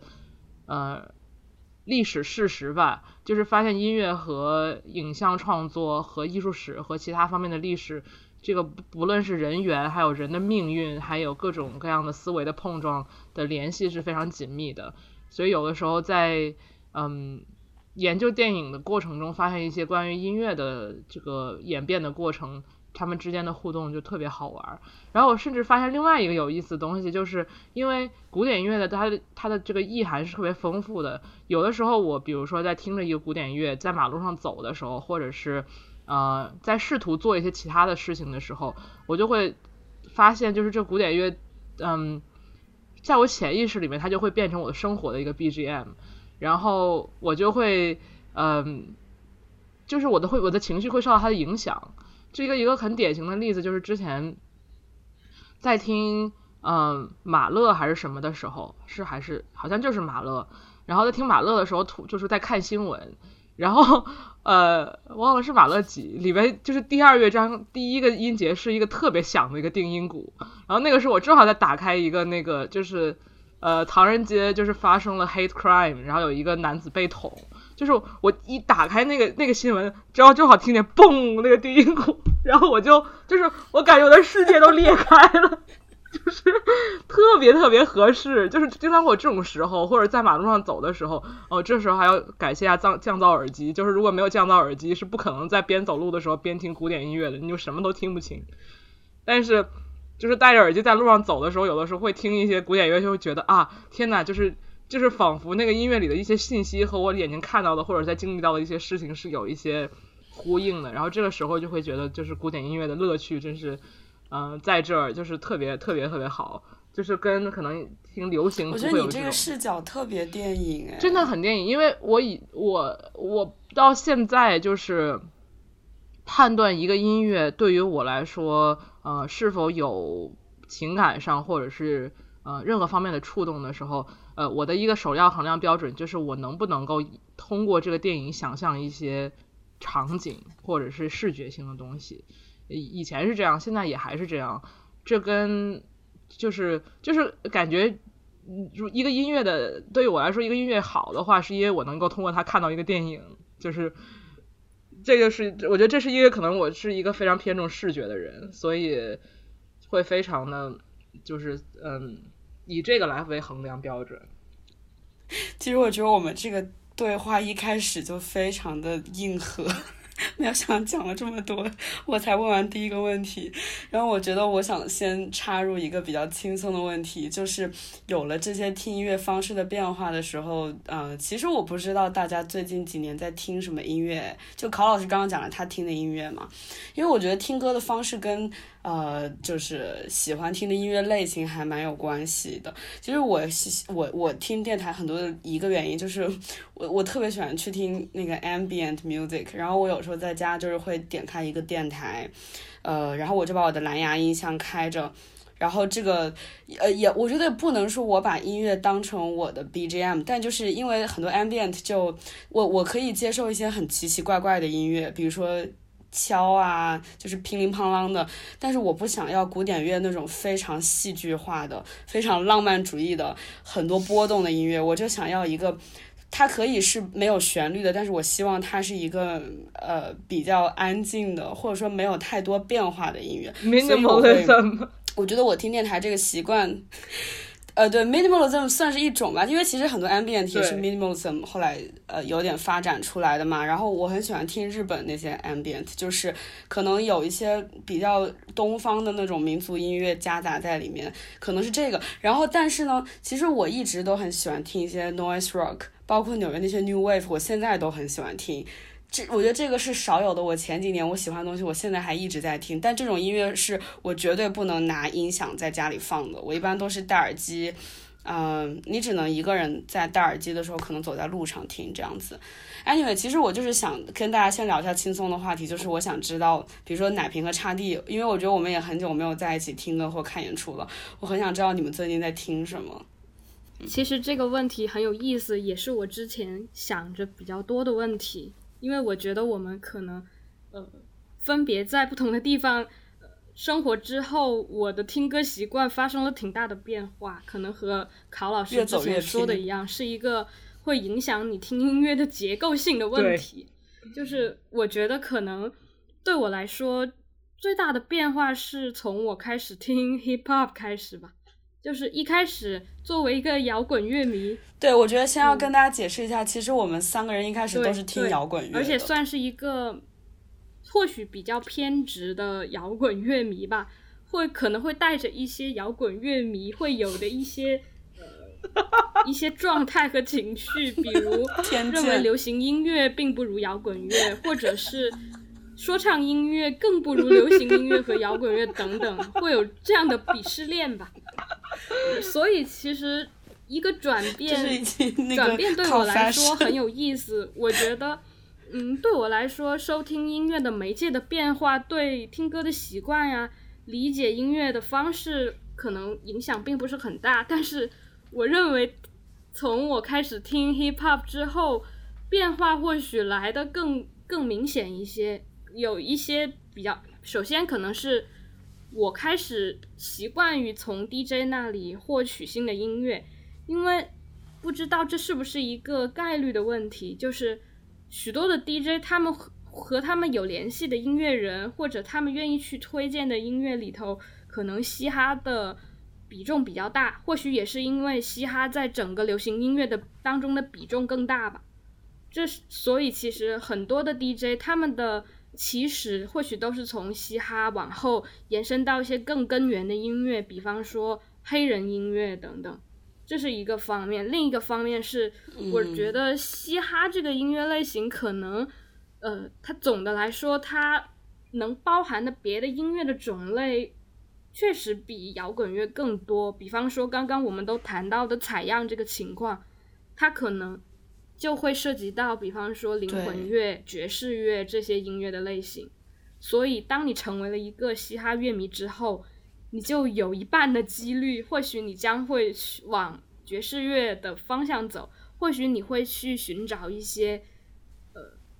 历史事实吧，就是发现音乐和影像创作和艺术史和其他方面的历史，这个不论是人缘还有人的命运还有各种各样的思维的碰撞的联系是非常紧密的。所以有的时候在研究电影的过程中，发现一些关于音乐的这个演变的过程，他们之间的互动就特别好玩。然后我甚至发现另外一个有意思的东西，就是因为古典音乐的它的这个意涵是特别丰富的，有的时候我比如说在听着一个古典乐在马路上走的时候，或者是在试图做一些其他的事情的时候，我就会发现就是这古典乐在我潜意识里面它就会变成我的生活的一个 BGM， 然后我就会就是我的情绪会受到它的影响。这一个很典型的例子就是之前在听马勒还是什么的时候，好像就是马勒，然后在听马勒的时候就是在看新闻，然后忘了是马勒几里面就是第二乐章第一个音节是一个特别响的一个定音鼓，然后那个是我正好在打开一个那个就是唐人街就是发生了 hate crime， 然后有一个男子被捅，就是我一打开那个新闻，正好听见嘣那个定音鼓，然后就是我感觉我的世界都裂开了，就是特别合适。就是经常我这种时候，或者在马路上走的时候，这时候还要感谢一下降噪耳机，就是如果没有降噪耳机，是不可能在边走路的时候边听古典音乐的，你就什么都听不清。但是就是戴着耳机在路上走的时候，有的时候会听一些古典乐，就会觉得啊，天哪，就是仿佛那个音乐里的一些信息和我眼睛看到的或者在经历到的一些事情是有一些呼应的，然后这个时候就会觉得就是古典音乐的乐趣真是在这儿就是特别好，就是跟可能听流行不会有这种。 我觉得你这个视角特别电影哎， 真的很电影，因为我到现在就是判断一个音乐对于我来说是否有情感上或者是任何方面的触动的时候，我的一个首要衡量标准就是我能不能够通过这个电影想象一些场景或者是视觉性的东西。 以前是这样，现在也还是这样。这跟就是感觉，一个音乐的，对于我来说，一个音乐好的话，是因为我能够通过它看到一个电影，就是这个是我觉得这是因为可能我是一个非常偏重视觉的人，所以会非常的就是以这个来为衡量标准。 其实我觉得我们这个对话一开始就非常的硬核，没有想讲了这么多，我才问完第一个问题。然后我觉得我想先插入一个比较轻松的问题，就是有了这些听音乐方式的变化的时候，其实我不知道大家最近几年在听什么音乐，就考老师刚刚讲了他听的音乐嘛，因为我觉得听歌的方式跟就是喜欢听的音乐类型还蛮有关系的。其实我听电台很多的一个原因就是我特别喜欢去听那个 ambient music， 然后我有时候在家就是会点开一个电台，然后我就把我的蓝牙音箱开着，然后这个我觉得不能说我把音乐当成我的 BGM， 但就是因为很多 ambient 就我可以接受一些很奇奇怪怪的音乐，比如说敲啊，就是乒铃乓啷的，但是我不想要古典乐那种非常戏剧化的、非常浪漫主义的、很多波动的音乐，我就想要一个。它可以是没有旋律的，但是我希望它是一个比较安静的，或者说没有太多变化的音乐。 Minimalism， 我觉得我听电台这个习惯。对 minimalism 算是一种吧，因为其实很多 ambient 也是 minimalism 后来有点发展出来的嘛。然后我很喜欢听日本那些 ambient， 就是可能有一些比较东方的那种民族音乐夹杂在里面，可能是这个。然后但是呢，其实我一直都很喜欢听一些 noise rock， 包括纽约那些 new wave， 我现在都很喜欢听。我觉得这个是少有的，我前几年我喜欢的东西我现在还一直在听，但这种音乐是我绝对不能拿音响在家里放的，我一般都是戴耳机，你只能一个人在戴耳机的时候可能走在路上听这样子。Anyway， 其实我就是想跟大家先聊一下轻松的话题，就是我想知道比如说奶瓶和叉弟，因为我觉得我们也很久没有在一起听歌或看演出了，我很想知道你们最近在听什么。 其实这个问题很有意思，也是我之前想着比较多的问题，因为我觉得我们可能分别在不同的地方生活之后，我的听歌习惯发生了挺大的变化，可能和考老师之前说的一样，是一个会影响你听音乐的结构性的问题。就是我觉得可能对我来说最大的变化是从我开始听 hip hop 开始吧。就是一开始作为一个摇滚乐迷， 对，我觉得先要跟大家解释一下，其实我们三个人一开始都是听摇滚乐的， 而且算是一个或许比较偏执的摇滚乐迷吧，可能会带着一些摇滚乐迷会有的一些一些状态和情绪，比如认为流行音乐并不如摇滚乐，或者是说唱音乐更不如流行音乐和摇滚乐等等，会有这样的鄙视链吧。所以其实一个转变对我来说很有意思。我觉得对我来说收听音乐的媒介的变化对听歌的习惯呀，理解音乐的方式可能影响并不是很大，但是我认为从我开始听 hip hop 之后，变化或许来得更明显一些。有一些比较，首先可能是我开始习惯于从 DJ 那里获取新的音乐，因为不知道这是不是一个概率的问题，就是许多的 DJ 他们和他们有联系的音乐人，或者他们愿意去推荐的音乐里头，可能嘻哈的比重比较大，或许也是因为嘻哈在整个流行音乐的当中的比重更大吧。所以其实很多的 DJ 他们的起始或许都是从嘻哈往后延伸到一些更根源的音乐，比方说黑人音乐等等，这是一个方面。另一个方面是我觉得嘻哈这个音乐类型可能它总的来说它能包含的别的音乐的种类确实比摇滚乐更多，比方说刚刚我们都谈到的采样这个情况，它可能就会涉及到比方说灵魂乐、爵士乐这些音乐的类型。所以当你成为了一个嘻哈乐迷之后，你就有一半的几率或许你将会往爵士乐的方向走，或许你会去寻找一些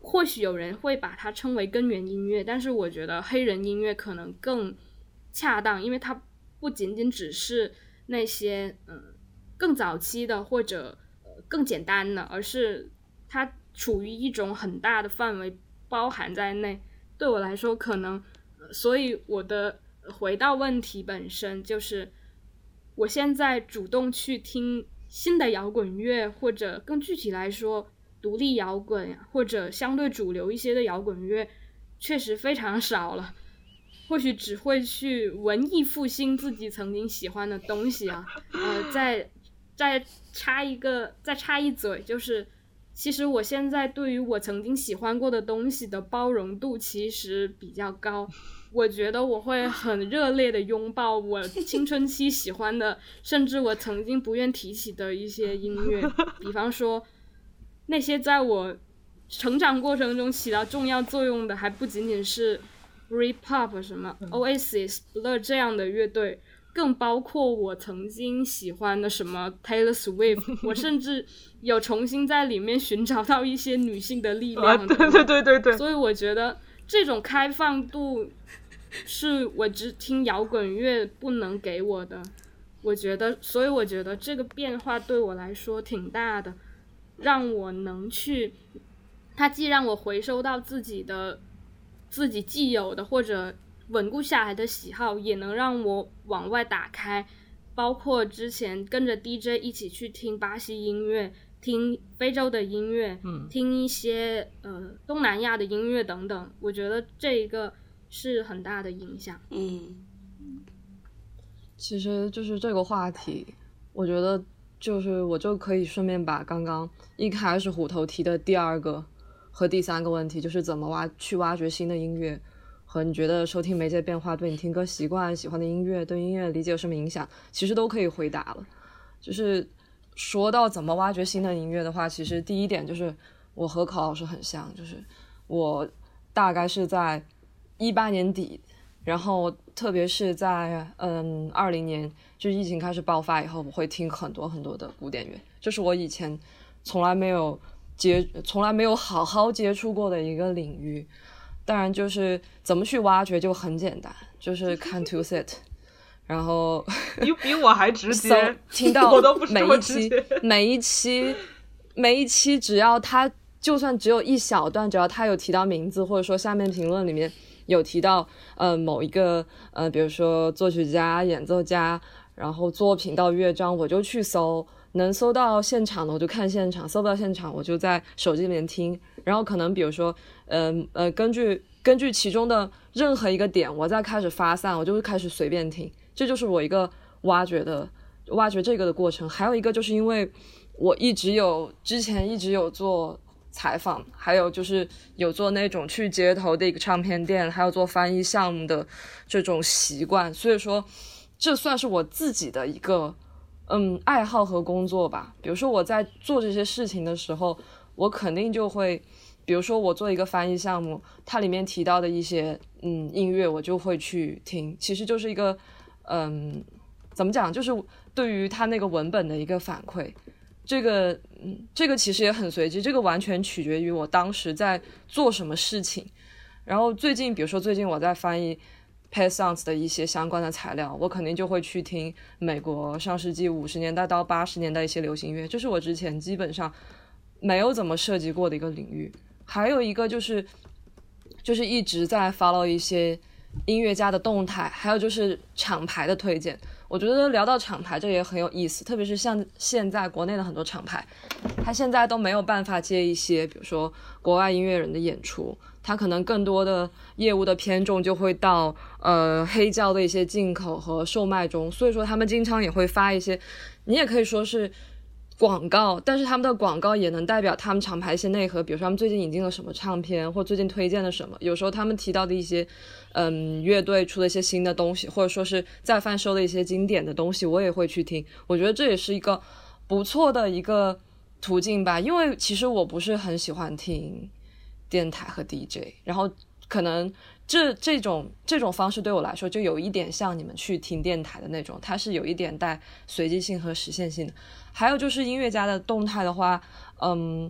或许有人会把它称为根源音乐，但是我觉得黑人音乐可能更恰当，因为它不仅仅只是那些更早期的或者更简单的，而是它处于一种很大的范围包含在内。对我来说可能所以我的回到问题本身，就是我现在主动去听新的摇滚乐，或者更具体来说独立摇滚或者相对主流一些的摇滚乐确实非常少了，或许只会去文艺复兴自己曾经喜欢的东西啊。再插一嘴，就是其实我现在对于我曾经喜欢过的东西的包容度其实比较高，我觉得我会很热烈的拥抱我青春期喜欢的甚至我曾经不愿提起的一些音乐，比方说那些在我成长过程中起到重要作用的还不仅仅是 Britpop 什么 Oasis、Blur 这样的乐队，更包括我曾经喜欢的什么 Taylor Swift 我甚至有重新在里面寻找到一些女性的力量对， 所以我觉得这种开放度是我只听摇滚乐不能给我的，所以我觉得这个变化对我来说挺大的，让我能去，它既让我回收到自己既有的或者稳固下来的喜好，也能让我往外打开，包括之前跟着 DJ 一起去听巴西音乐，听非洲的音乐，听一些东南亚的音乐等等，我觉得这一个是很大的影响。 其实就是这个话题，我觉得就是我就可以顺便把刚刚一开始虎头提的第二个和第三个问题，就是怎么去挖掘新的音乐，和你觉得收听媒介变化对你听歌习惯、喜欢的音乐、对音乐理解有什么影响，其实都可以回答了。就是说到怎么挖掘新的音乐的话，其实第一点就是我和考老师很像，就是我大概是在18年底，然后特别是在20年就疫情开始爆发以后，我会听很多很多的古典乐，这是我以前从来没有好好接触过的一个领域。当然就是怎么去挖掘就很简单，就是看 To Sit 然后你比我还直接听到我都不是这么直接每一期只要他就算只有一小段，只要他有提到名字，或者说下面评论里面有提到某一个比如说作曲家、演奏家，然后作品到乐章，我就去搜，能搜到现场的我就看现场，搜不到现场我就在手机里面听，然后可能比如说根据其中的任何一个点我再开始发散，我就会开始随便听，这就是我一个挖掘这个的过程。还有一个就是因为我之前一直有做采访，还有就是有做那种去街头的一个唱片店，还有做翻译项目的这种习惯，所以说这算是我自己的一个爱好和工作吧。比如说我在做这些事情的时候，我肯定就会，比如说我做一个翻译项目，它里面提到的一些音乐我就会去听，其实就是一个怎么讲，就是对于他那个文本的一个反馈。这个其实也很随机，这个完全取决于我当时在做什么事情。然后比如说最近我在翻译 Pet Sounds 的一些相关的材料，我肯定就会去听美国上世纪50年代到80年代一些流行乐，这是我之前基本上没有怎么涉及过的一个领域。还有一个就是一直在 follow 一些音乐家的动态，还有就是厂牌的推荐。我觉得聊到厂牌这也很有意思，特别是像现在国内的很多厂牌，他现在都没有办法接一些比如说国外音乐人的演出，他可能更多的业务的偏重就会到黑胶的一些进口和售卖中，所以说他们经常也会发一些，你也可以说是广告，但是他们的广告也能代表他们厂牌一些内核，比如说他们最近引进了什么唱片，或最近推荐了什么，有时候他们提到的一些乐队出了一些新的东西，或者说是再贩售的一些经典的东西，我也会去听。我觉得这也是一个不错的一个途径吧，因为其实我不是很喜欢听电台和 DJ， 然后可能这种方式对我来说就有一点像你们去听电台的那种，它是有一点带随机性和实现性的。还有就是音乐家的动态的话，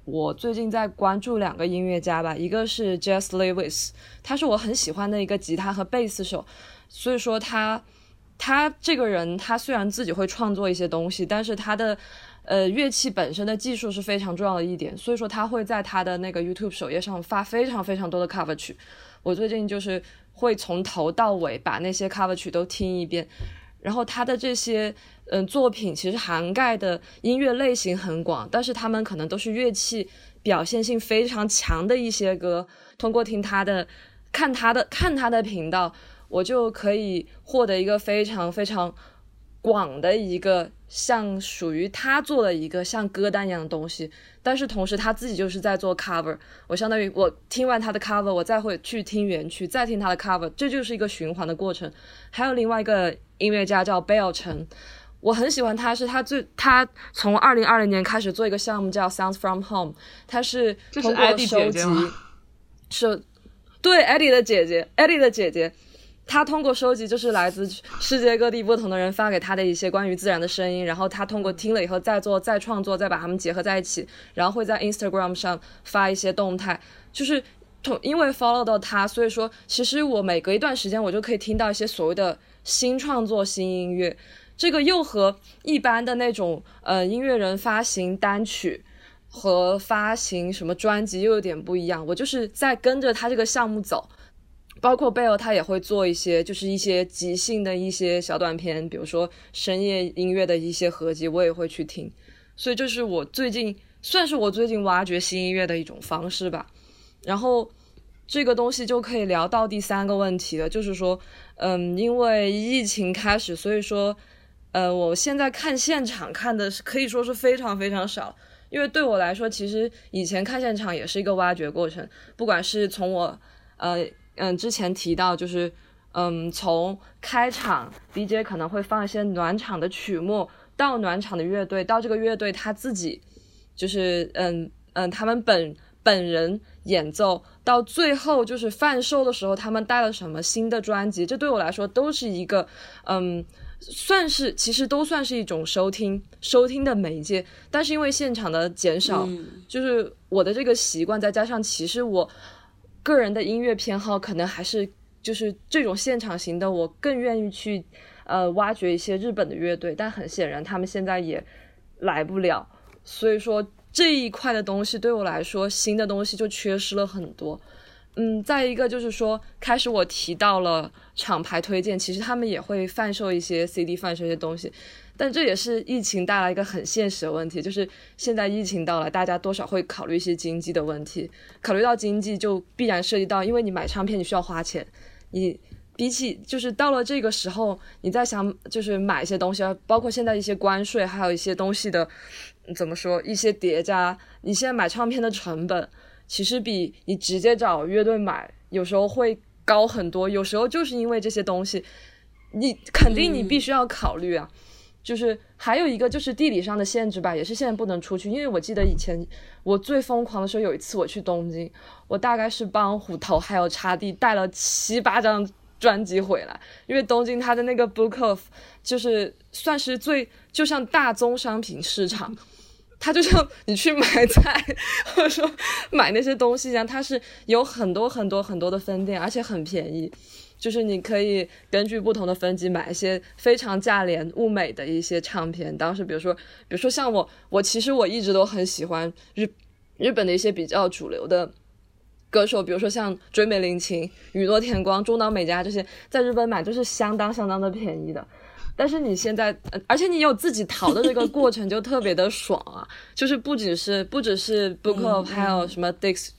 我最近在关注2个音乐家吧，一个是 Jess Lewis， 他是我很喜欢的一个吉他和贝斯手，所以说他这个人他虽然自己会创作一些东西，但是他的乐器本身的技术是非常重要的一点，所以说他会在他的那个 YouTube 首页上发非常非常多的 cover 曲，我最近就是会从头到尾把那些 cover 曲都听一遍，然后他的这些作品其实涵盖的音乐类型很广，但是他们可能都是乐器表现性非常强的一些歌，通过听他的看他的频道，我就可以获得一个非常非常广的一个像属于他做的一个像歌单一样的东西，但是同时他自己就是在做 cover， 我相当于我听完他的 cover， 我再会去听原曲，再听他的 cover， 这就是一个循环的过程。还有另外一个音乐家叫贝尔陈，我很喜欢他，是他从2020年开始做一个项目叫 Sounds from Home， 他是通过收集，是对 Eddie 的姐姐，他通过收集就是来自世界各地不同的人发给他的一些关于自然的声音，然后他通过听了以后再做再创作，再把它们结合在一起，然后会在 Instagram 上发一些动态，就是因为 follow 到他，所以说其实我每隔一段时间我就可以听到一些所谓的新创作新音乐，这个又和一般的那种音乐人发行单曲和发行什么专辑又有点不一样，我就是在跟着他这个项目走。包括贝尔他也会做一些就是一些即兴的一些小短片，比如说深夜音乐的一些合集我也会去听，所以这是算是我最近挖掘新音乐的一种方式吧。然后这个东西就可以聊到第3个问题了，就是说因为疫情开始，所以说我现在看现场看的可以说是非常非常少，因为对我来说其实以前看现场也是一个挖掘过程，不管是从我之前提到就是从开场 DJ 可能会放一些暖场的曲目，到暖场的乐队，到这个乐队他自己就是他们本人演奏，到最后就是贩售的时候他们带了什么新的专辑，这对我来说都是一个其实都算是一种收听的媒介，但是因为现场的减少，就是我的这个习惯，再加上其实我个人的音乐偏好可能还是就是这种现场型的，我更愿意去挖掘一些日本的乐队，但很显然他们现在也来不了，所以说这一块的东西对我来说新的东西就缺失了很多。再一个就是说开始我提到了厂牌推荐，其实他们也会贩售一些 CD 贩售一些东西，但这也是疫情带来一个很现实的问题，就是现在疫情到了，大家多少会考虑一些经济的问题，考虑到经济就必然涉及到，因为你买唱片你需要花钱，你比起就是到了这个时候你再想就是买一些东西，包括现在一些关税还有一些东西的怎么说一些叠加，你现在买唱片的成本其实比你直接找乐队买有时候会高很多，有时候就是因为这些东西你肯定你必须要考虑啊，就是还有一个就是地理上的限制吧，也是现在不能出去，因为我记得以前我最疯狂的时候有一次我去东京，我大概是帮虎头还有插地带了7-8张专辑回来，因为东京它的那个 book off 就是算是就像大宗商品市场，它就像你去买菜或者说买那些东西一样，它是有很多很多很多的分店，而且很便宜，就是你可以根据不同的分级买一些非常价廉物美的一些唱片。当时比如说像我其实我一直都很喜欢日本的一些比较主流的歌手，比如说像追美玲琴、宇多田光、中岛美嘉，这些在日本买都是相当相当的便宜的。但是你现在而且你有自己淘的这个过程就特别的爽啊，就是不只是 Book Off 还有什么 Disc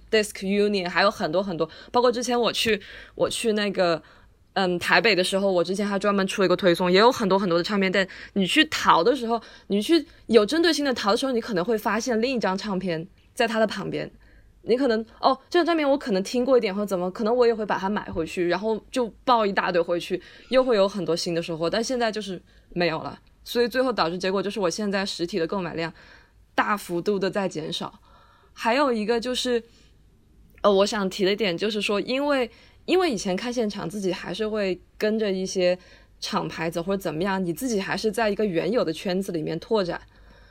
Union， 还有很多很多，包括之前我去那个台北的时候，我之前还专门出了一个推送，也有很多很多的唱片店，你去淘的时候，你去有针对性的淘的时候，你可能会发现另一张唱片在它的旁边，你可能这张唱片我可能听过一点或怎么，可能我也会把它买回去，然后就抱一大堆回去，又会有很多新的收获，但现在就是没有了，所以最后导致结果就是我现在实体的购买量大幅度的在减少。还有一个就是我想提的一点就是说，因为以前看现场自己还是会跟着一些厂牌走或者怎么样，你自己还是在一个原有的圈子里面拓展，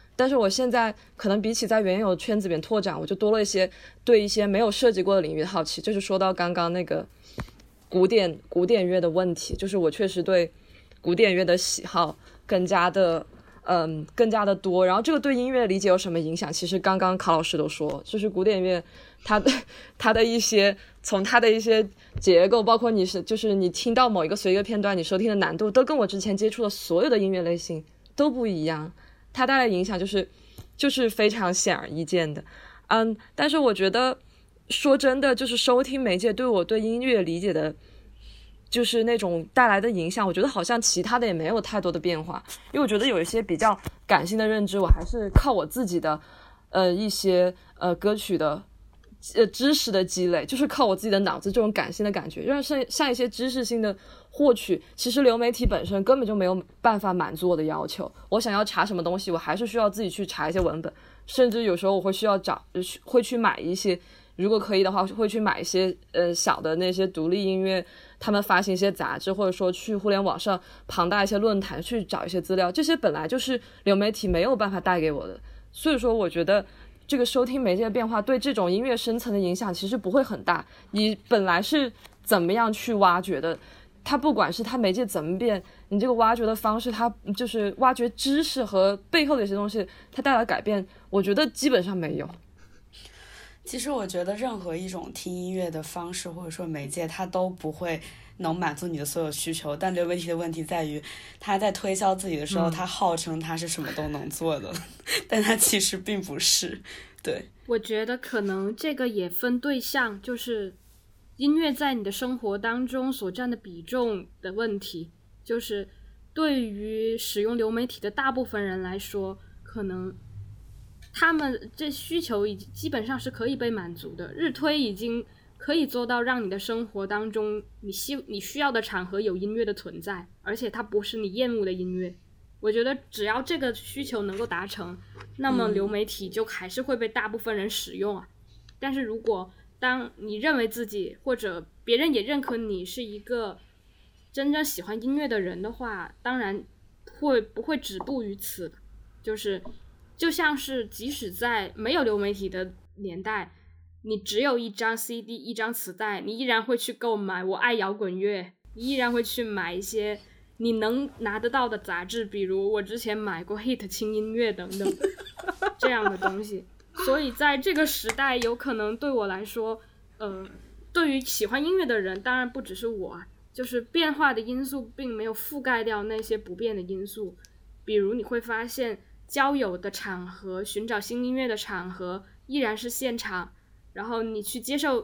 但是我现在可能比起在原有圈子里面拓展，我就多了一些对一些没有涉及过的领域的好奇。就是说到刚刚那个古典乐的问题，就是我确实对古典乐的喜好更加的多。然后这个对音乐理解有什么影响？其实刚刚卡老师都说，就是古典乐它的一些从它的一些结构，包括就是你听到某一个随乐片段，你收听的难度都跟我之前接触的所有的音乐类型都不一样，它带来的影响就是非常显而易见的。但是我觉得说真的，就是收听媒介对我对音乐理解的就是那种带来的影响，我觉得好像其他的也没有太多的变化。因为我觉得有一些比较感性的认知，我还是靠我自己的一些歌曲的知识的积累，就是靠我自己的脑子这种感性的感觉。像一些知识性的获取，其实流媒体本身根本就没有办法满足我的要求。我想要查什么东西，我还是需要自己去查一些文本，甚至有时候我会去买一些，如果可以的话会去买一些小的那些独立音乐他们发行一些杂志，或者说去互联网上庞大一些论坛去找一些资料，这些本来就是流媒体没有办法带给我的。所以说我觉得这个收听媒介的变化对这种音乐深层的影响其实不会很大，你本来是怎么样去挖掘的，它不管是它媒介怎么变，你这个挖掘的方式，它就是挖掘知识和背后的一些东西，它带来改变，我觉得基本上没有。 其实我觉得任何一种听音乐的方式或者说媒介，它都不会能满足你的所有需求，但流媒体的问题在于他在推销自己的时候，他号称他是什么都能做的，但他其实并不是。对， 我觉得可能这个也分对象，就是音乐在你的生活当中所占的比重的问题。就是对于使用流媒体的大部分人来说，可能他们这需求基本上是可以被满足的，日推已经可以做到让你的生活当中你需要的场合有音乐的存在，而且它不是你厌恶的音乐。我觉得只要这个需求能够达成，那么流媒体就还是会被大部分人使用啊。但是如果当你认为自己或者别人也认可你是一个真正喜欢音乐的人的话，当然不会止步于此。就像是即使在没有流媒体的年代，你只有一张 CD 一张磁带，你依然会去购买我爱摇滚乐，你依然会去买一些你能拿得到的杂志，比如我之前买过 Hit 轻音乐等等这样的东西。所以在这个时代，有可能对我来说对于喜欢音乐的人，当然不只是我啊，就是变化的因素并没有覆盖掉那些不变的因素。比如你会发现交友的场合，寻找新音乐的场合依然是现场，然后你去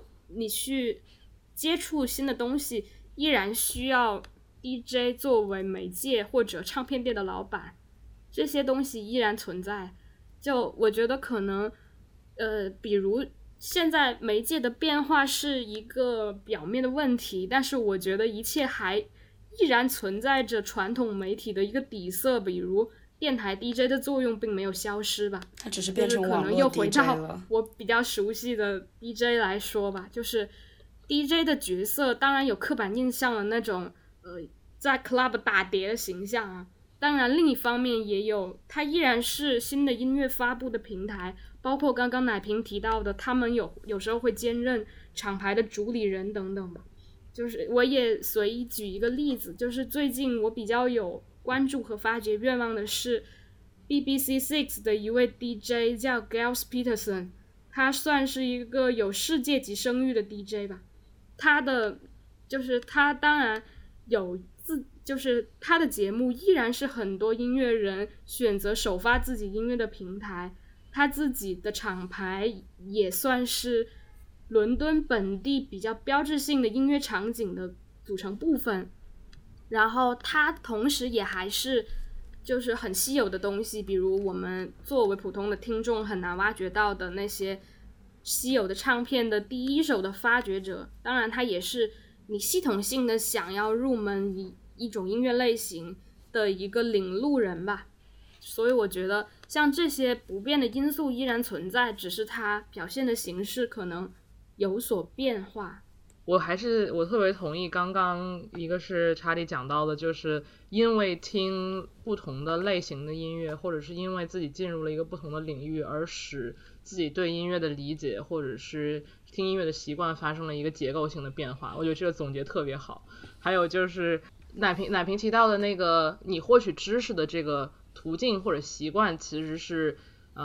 接触新的东西依然需要 DJ 作为媒介或者唱片店的老板，这些东西依然存在。就我觉得可能比如现在媒介的变化是一个表面的问题，但是我觉得一切还依然存在着传统媒体的一个底色，比如电台 DJ 的作用并没有消失吧， 它只是变成网络 DJ 了。 可能又回到我比较熟悉的 DJ 来说吧，就是 DJ 的角色当然有刻板印象的那种在 club 打碟的形象啊，当然另一方面也有它依然是新的音乐发布的平台，包括刚刚奶瓶提到的他们有时候会兼任厂牌的主理人等等吧。就是我也随意举一个例子，就是最近我比较有关注和发掘愿望的是 BBC Six 的一位 DJ 叫 Giles Peterson， 他算是一个有世界级声誉的 DJ 吧。他当然就是他的节目依然是很多音乐人选择首发自己音乐的平台，他自己的厂牌也算是伦敦本地比较标志性的音乐场景的组成部分。然后它同时也还是就是很稀有的东西，比如我们作为普通的听众很难挖掘到的那些稀有的唱片的第一手的发掘者，当然它也是你系统性的想要入门一种音乐类型的一个领路人吧。所以我觉得像这些不变的因素依然存在，只是它表现的形式可能有所变化。 我特别同意刚刚一个是查理讲到的，就是因为听不同的类型的音乐，或者是因为自己进入了一个不同的领域，而使自己对音乐的理解或者是听音乐的习惯发生了一个结构性的变化。我觉得这个总结特别好。还有就是奶瓶提到的那个你获取知识的这个途径或者习惯，其实是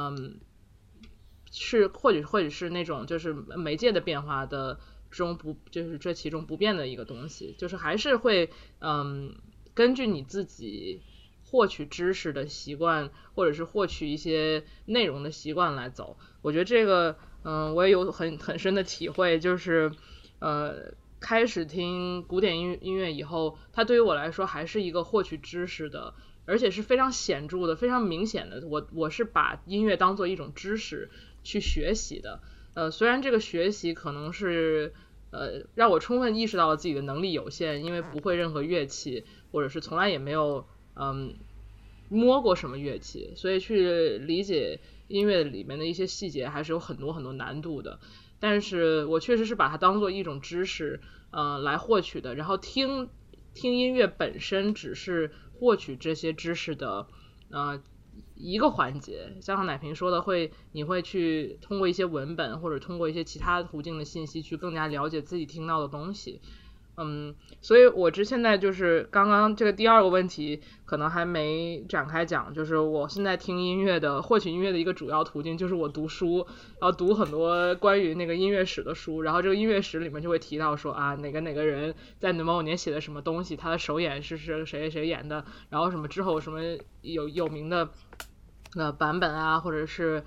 是或者是那种就是媒介的变化的就是这其中不变的一个东西，就是还是会根据你自己获取知识的习惯或者是获取一些内容的习惯来走。我觉得这个我也有很深的体会，就是开始听古典音乐以后，它对于我来说还是一个获取知识的，而且是非常显著的非常明显的，我是把音乐当做一种知识去学习的。虽然这个学习可能是让我充分意识到了自己的能力有限，因为不会任何乐器，或者是从来也没有摸过什么乐器，所以去理解音乐里面的一些细节还是有很多很多难度的。但是我确实是把它当做一种知识来获取的，然后听音乐本身只是获取这些知识的一个环节。像奶瓶说的，你会去通过一些文本或者通过一些其他途径的信息去更加了解自己听到的东西。所以我现在就是刚刚这个第二个问题可能还没展开讲，就是我现在听音乐的获取音乐的一个主要途径就是我读书，然后读很多关于那个音乐史的书，然后这个音乐史里面就会提到说哪个人在某年写的什么东西，他的首演是谁演的，然后什么之后什么有名的版本啊，或者是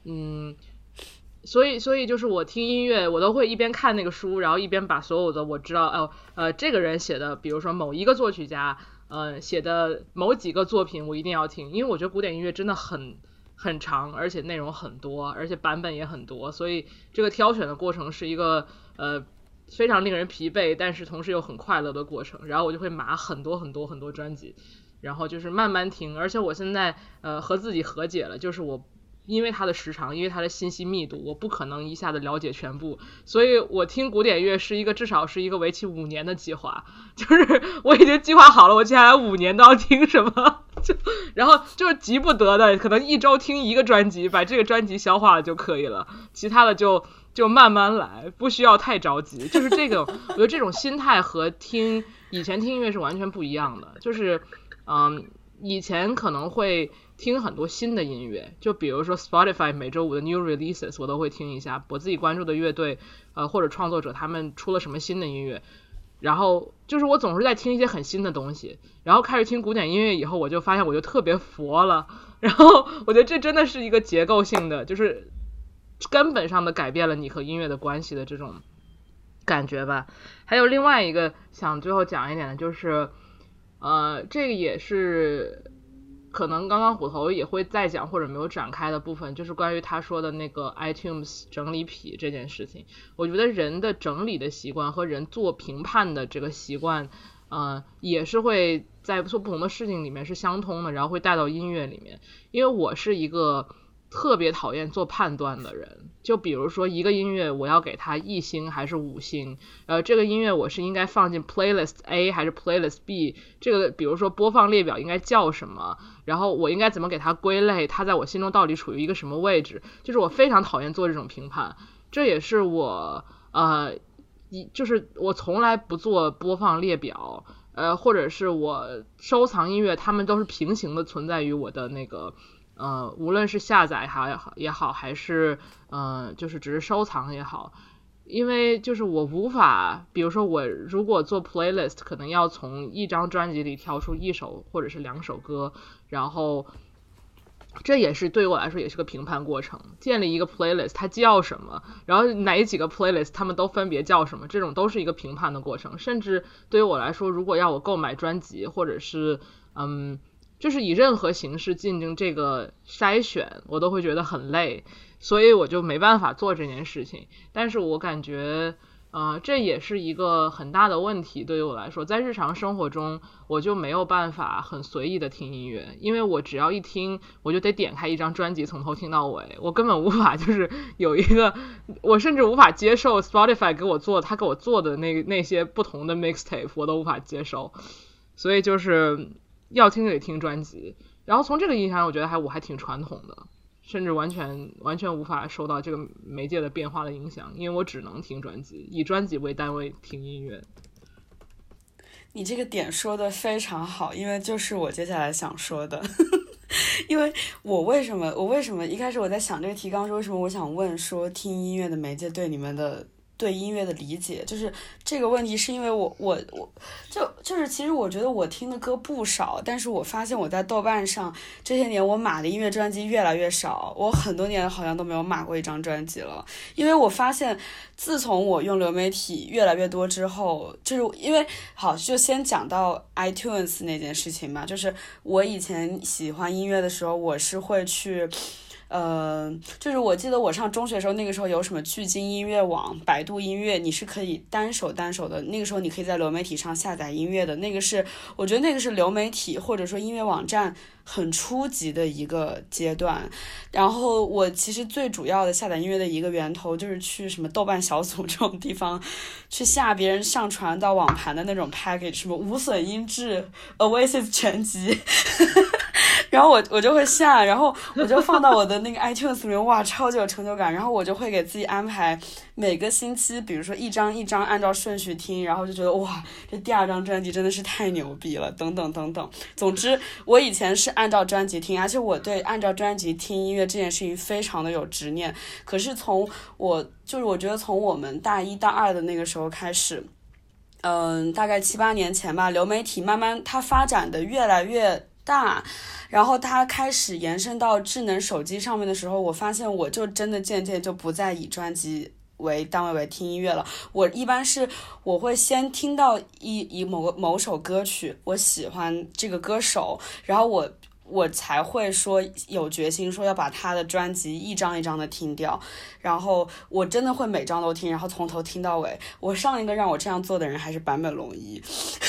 所以就是我听音乐我都会一边看那个书，然后一边把所有的我知道这个人写的，比如说某一个作曲家写的某几个作品我一定要听，因为我觉得古典音乐真的很长，而且内容很多，而且版本也很多，所以这个挑选的过程是一个非常令人疲惫但是同时又很快乐的过程。然后我就会码很多很多很多专辑，然后就是慢慢听。而且我现在和自己和解了，就是我因为它的时长，因为它的信息密度，我不可能一下子了解全部，所以我听古典乐是至少是一个为期5年的计划，就是我已经计划好了我接下来5年都要听什么，然后就是急不得的，可能1周听一个专辑，把这个专辑消化了就可以了，其他的就慢慢来，不需要太着急。就是这个我觉得这种心态和以前听音乐是完全不一样的。就是以前可能会听很多新的音乐，就比如说 Spotify 每周5的 New Releases 我都会听一下，我自己关注的乐队或者创作者他们出了什么新的音乐，然后就是我总是在听一些很新的东西。然后开始听古典音乐以后，我就发现我就特别佛了，然后我觉得这真的是一个结构性的，就是根本上的改变了你和音乐的关系的这种感觉吧。还有另外一个想最后讲一点的就是这个也是可能刚刚虎头也会再讲或者没有展开的部分，就是关于他说的那个 iTunes 整理癖这件事情。我觉得人的整理的习惯和人做评判的这个习惯也是会在做不同的事情里面是相通的，然后会带到音乐里面。因为我是一个特别讨厌做判断的人，就比如说一个音乐我要给它1星还是5星，这个音乐我是应该放进 playlist A 还是 playlist B， 这个比如说播放列表应该叫什么，然后我应该怎么给它归类，它在我心中到底处于一个什么位置，就是我非常讨厌做这种评判。这也是我就是我从来不做播放列表，或者是我收藏音乐它们都是平行的存在于我的那个无论是下载也好，还是就是只是收藏也好。因为就是我无法，比如说我如果做 playlist 可能要从一张专辑里挑出1首或者是2首歌，然后这也是对于我来说也是个评判过程。建立一个 playlist 它叫什么，然后哪几个 playlist 它们都分别叫什么，这种都是一个评判的过程。甚至对于我来说，如果要我购买专辑，或者是就是以任何形式进行这个筛选，我都会觉得很累，所以我就没办法做这件事情。但是我感觉这也是一个很大的问题。对于我来说，在日常生活中我就没有办法很随意的听音乐，因为我只要一听我就得点开一张专辑从头听到尾，我根本无法就是有一个，我甚至无法接受 Spotify 他给我做的那些不同的 mixtape 我都无法接受，所以就是要听就得听专辑。然后从这个意义上我觉得我还挺传统的，甚至完全无法受到这个媒介的变化的影响，因为我只能听专辑，以专辑为单位听音乐。 你这个点说的非常好，因为就是我接下来想说的因为我为什么一开始我在想这个提纲是为什么我想问说听音乐的媒介对你们的对音乐的理解，就是这个问题是因为就是其实我觉得我听的歌不少，但是我发现我在豆瓣上这些年我买的音乐专辑越来越少，我很多年好像都没有买过一张专辑了。因为我发现自从我用流媒体越来越多之后，就是因为好就先讲到 iTunes 那件事情吧，就是我以前喜欢音乐的时候我是会去就是我记得我上中学的时候，那个时候有什么聚金音乐网、百度音乐，你是可以单手的，那个时候你可以在流媒体上下载音乐的，我觉得那个是流媒体或者说音乐网站很初级的一个阶段。然后我其实最主要的下载音乐的一个源头就是去什么豆瓣小组这种地方去下别人上传到网盘的那种 package， 什么无损音质 Oasis 全集然后我就会下，然后我就放到我的那个 iTunes 里面，哇，超级有成就感。然后我就会给自己安排每个星期，比如说一张一张按照顺序听，然后就觉得哇，这第二张专辑真的是太牛逼了，等等等等。总之，我以前是按照专辑听，而且我对按照专辑听音乐这件事情非常的有执念。可是我觉得从我们大一大二的那个时候开始，大概7、8年前吧，流媒体慢慢它发展的越来越大，然后它开始延伸到智能手机上面的时候，我发现我就真的渐渐就不再以专辑为单位为听音乐了。我一般是我会先听到某首歌曲，我喜欢这个歌手，然后我才会说有决心说要把他的专辑一张一张的听掉，然后我真的会每张都听，然后从头听到尾。我上一个让我这样做的人还是坂本龙一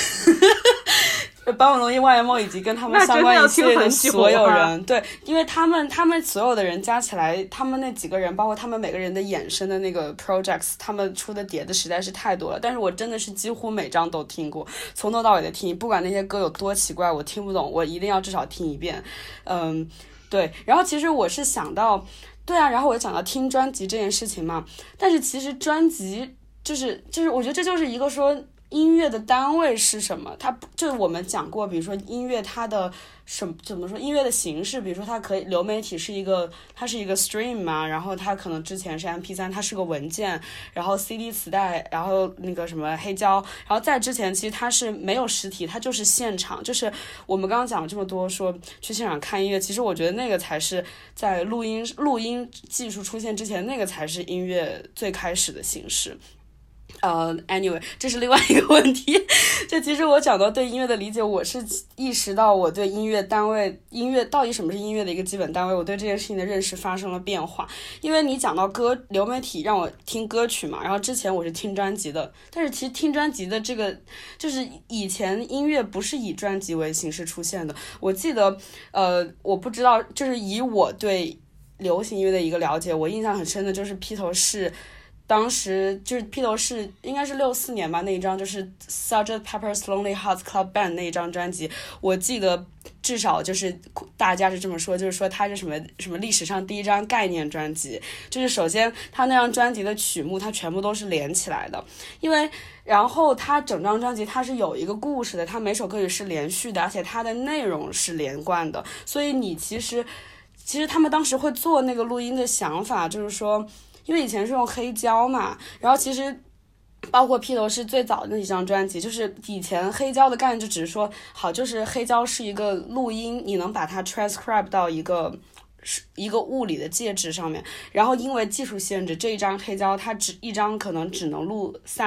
坂本龙一、YMO 以及跟他们相关一系列的所有人，对，因为他们所有的人加起来，他们那几个人包括他们每个人的衍生的那个 projects， 他们出的碟子实在是太多了，但是我真的是几乎每张都听过，从头到尾的听，不管那些歌有多奇怪我听不懂，我一定要至少听一遍。对，然后其实我是想到对啊，然后我讲到听专辑这件事情嘛，但是其实专辑就是我觉得这就是一个说音乐的单位是什么，它就是我们讲过，比如说音乐它的怎么说，音乐的形式，比如说它可以流媒体它是一个 stream 嘛，然后它可能之前是 MP3， 它是个文件，然后 CD 磁带，然后那个什么黑胶，然后在之前其实它是没有实体，它就是现场，就是我们刚刚讲了这么多说去现场看音乐，其实我觉得那个才是在录音技术出现之前，那个才是音乐最开始的形式。anyway， 这是另外一个问题。就其实我讲到对音乐的理解，我是意识到我对音乐到底什么是音乐的一个基本单位，我对这件事情的认识发生了变化。因为你讲到流媒体让我听歌曲嘛，然后之前我是听专辑的，但是其实听专辑的这个就是以前音乐不是以专辑为形式出现的。我记得我不知道，就是以我对流行音乐的一个了解，我印象很深的就是披头士。当时就是披头士应该是64年吧，那一张就是 Sgt. Pepper's Lonely Hearts Club Band 那一张专辑，我记得至少就是大家是这么说，就是说它是什么历史上第一张概念专辑，就是首先它那张专辑的曲目它全部都是连起来的，然后它整张专辑它是有一个故事的，它每首歌曲是连续的，而且它的内容是连贯的，所以你其实他们当时会做那个录音的想法就是说，因为以前是用黑胶嘛，然后其实包括披头士最早的那几张专辑，就是以前黑胶的概念就只是说好，就是黑胶是一个录音，你能把它 transcribe 到一个物理的介质上面，然后因为技术限制，这一张黑胶它一张可能只能录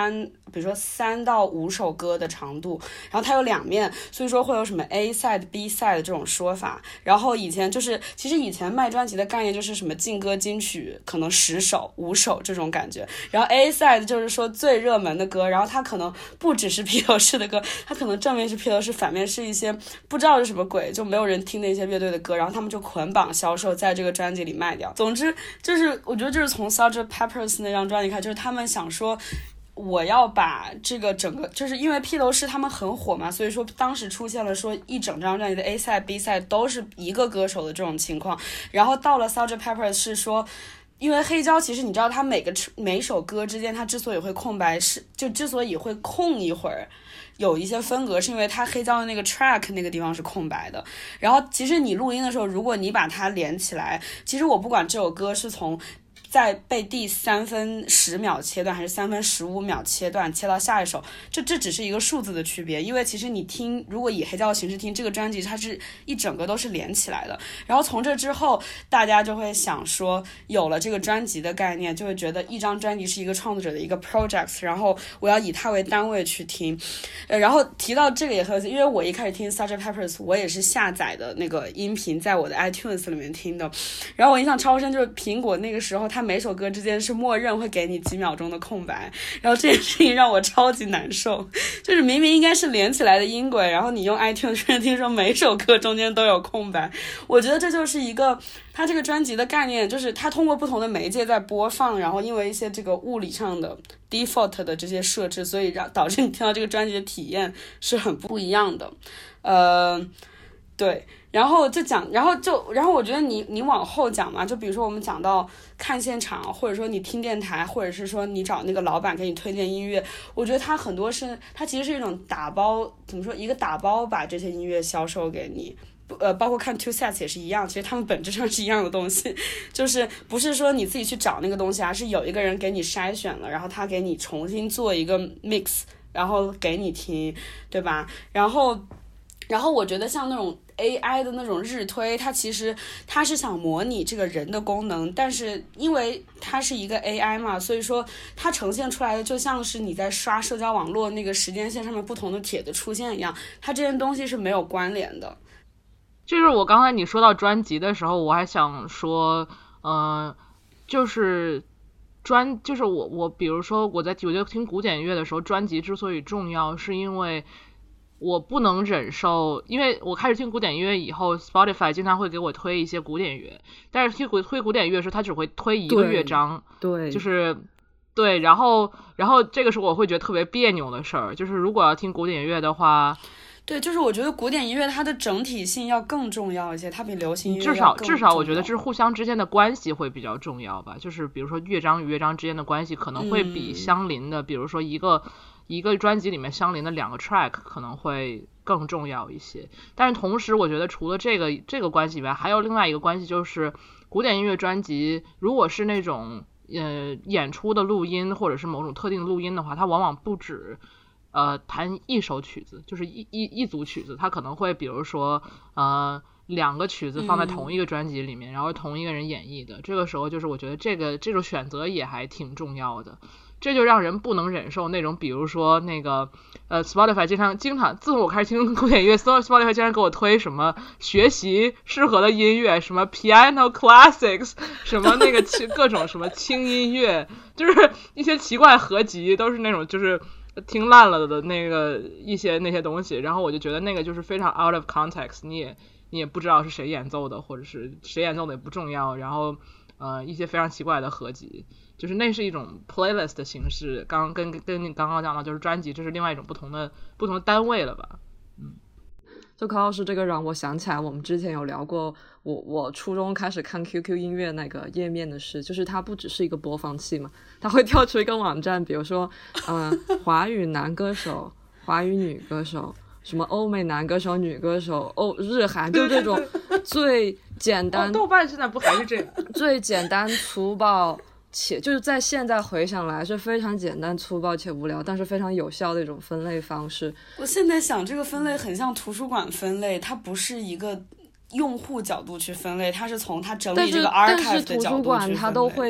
比如说3到5首歌的长度，然后它有2面，所以说会有什么 A side、B side 这种说法。然后以前就是其实以前卖专辑的概念就是什么劲歌金曲可能10首、5首这种感觉，然后 A side 就是说最热门的歌，然后它可能不只是披头士的歌，它可能正面是披头士，反面是一些不知道是什么鬼就没有人听的一些乐队的歌，然后他们就捆绑销售在这个专辑里卖掉。总之就是我觉得就是从 Sgt. Pepper's 那张专辑开始，就是他们想说我要把这个整个，就是因为披头士他们很火嘛，所以说当时出现了说一整张专辑的 A side、B side 都是一个歌手的这种情况。然后到了 Sgt. Pepper's 是说，因为黑胶其实你知道它每首歌之间它之所以会空白，之所以会空一会儿有一些分隔，是因为它黑胶的那个 track 那个地方是空白的。然后其实你录音的时候，如果你把它连起来，其实我不管这首歌是从在被第3分10秒切断还是3分15秒切断切到下一首，这只是一个数字的区别。因为其实你听，如果以黑胶的形式听这个专辑，它是一整个都是连起来的。然后从这之后大家就会想说，有了这个专辑的概念，就会觉得一张专辑是一个创作者的一个 project， 然后我要以它为单位去听。然后提到这个也很有意思，因为我一开始听 Sgt. Pepper's 我也是下载的那个音频在我的 iTunes 里面听的，然后我印象超深，就是苹果那个时候它每首歌之间是默认会给你几秒钟的空白，然后这件事情让我超级难受，就是明明应该是连起来的音轨，然后你用 iTunes 听说每首歌中间都有空白。我觉得这就是一个它这个专辑的概念，就是它通过不同的媒介在播放，然后因为一些这个物理上的 default 的这些设置，所以导致你听到这个专辑的体验是很不一样的。对，然后我觉得你往后讲嘛，就比如说我们讲到看现场，或者说你听电台，或者是说你找那个老板给你推荐音乐，我觉得它很多它其实是一种打包，怎么说，一个打包把这些音乐销售给你。包括看 Two Sets 也是一样，其实他们本质上是一样的东西，就是不是说你自己去找那个东西，而是有一个人给你筛选了，然后他给你重新做一个 mix， 然后给你听，对吧？然后我觉得像那种 AI 的那种日推，它其实它是想模拟这个人的功能，但是因为它是一个 AI 嘛，所以说它呈现出来的就像是你在刷社交网络那个时间线上面不同的帖子出现一样，它这件东西是没有关联的。 就是我刚才你说到专辑的时候，我还想说，就是我比如说我觉得听古典乐的时候，专辑之所以重要，是因为我不能忍受，因为我开始听古典音乐以后 Spotify 经常会给我推一些古典乐，但是推古典乐时它只会推一个乐章， 对， 就是对，然后这个是我会觉得特别别扭的事儿，就是如果要听古典乐的话， 对，就是我觉得古典音乐它的整体性要更重要一些，它比流行音乐要更至少我觉得是互相之间的关系会比较重要吧，就是比如说乐章与乐章之间的关系可能会比相邻的，比如说一个专辑里面相邻的2个 track 可能会更重要一些。但是同时我觉得除了这个关系以外，还有另外一个关系，就是古典音乐专辑如果是那种演出的录音或者是某种特定的录音的话，它往往不止弹一首曲子，就是一组曲子，它可能会比如说2个曲子放在同一个专辑里面，然后同一个人演绎的，这个时候就是我觉得这种选择也还挺重要的。这就让人不能忍受那种，比如说那个Spotify 经常自从我开始听古典乐 Spotify 经常给我推什么学习适合的音乐，什么 piano classics， 什么那个各种什么轻音乐，就是一些奇怪合集，都是那种就是听烂了的那个那些东西，然后我就觉得那个就是非常 out of context， 你也不知道是谁演奏的，或者是谁演奏的也不重要，然后一些非常奇怪的合集，就是那是一种 playlist 的形式，跟你刚刚讲到就是专辑，这是另外一种不同的单位了吧。 就康老师这个让我想起来我们之前有聊过我初中开始看 QQ 音乐那个页面的事，就是它不只是一个播放器嘛，它会跳出一个网站，比如说华语男歌手、华语女歌手，什么欧美男歌手、女歌手、日韩，就这种最简单豆瓣现在不还是这样最简单粗暴且就是在现在回想来是非常简单粗暴且无聊，但是非常有效的一种分类方式。 我现在想这个分类很像图书馆分类，它不是一个用户角度去分类，它是从它整理这个 archive 的角度去分类。 但是图书馆它都会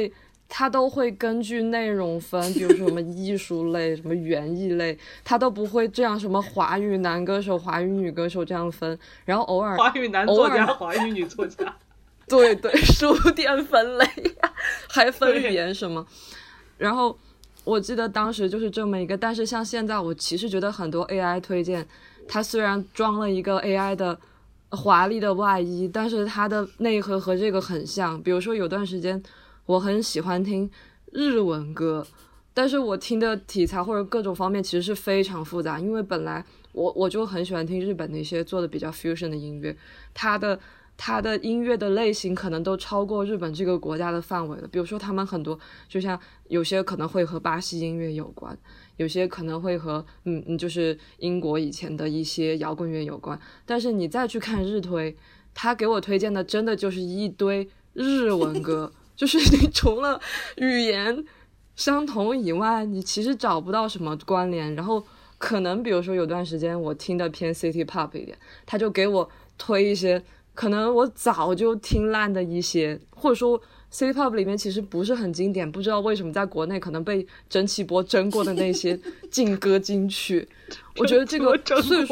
它都会根据内容分，比如说什么艺术类、什么园艺类，它都不会这样什么华语男歌手、华语女歌手这样分，然后偶尔华语男作家、华语女作家， 对对，书店分类还分语言什么，然后我记得当时就是这么一个，但是像现在我其实觉得很多 AI 推荐，它虽然装了一个 AI 的华丽的外衣，但是它的内核和这个很像。比如说有段时间我很喜欢听日文歌，但是我听的题材或者各种方面其实是非常复杂，因为本来我就很喜欢听日本的一些做的比较 fusion 的音乐，它的音乐的类型可能都超过日本这个国家的范围了。比如说他们很多就像有些可能会和巴西音乐有关，有些可能会和就是英国以前的一些摇滚乐有关，但是你再去看日推，他给我推荐的真的就是一堆日文歌就是你除了语言相同以外，你其实找不到什么关联。然后可能比如说有段时间我听的偏 City Pop 一点，他就给我推一些可能我早就听烂的一些，或者说 City Pop 里面其实不是很经典，不知道为什么在国内可能被蒸汽波蒸过的那些劲歌金曲我觉得这个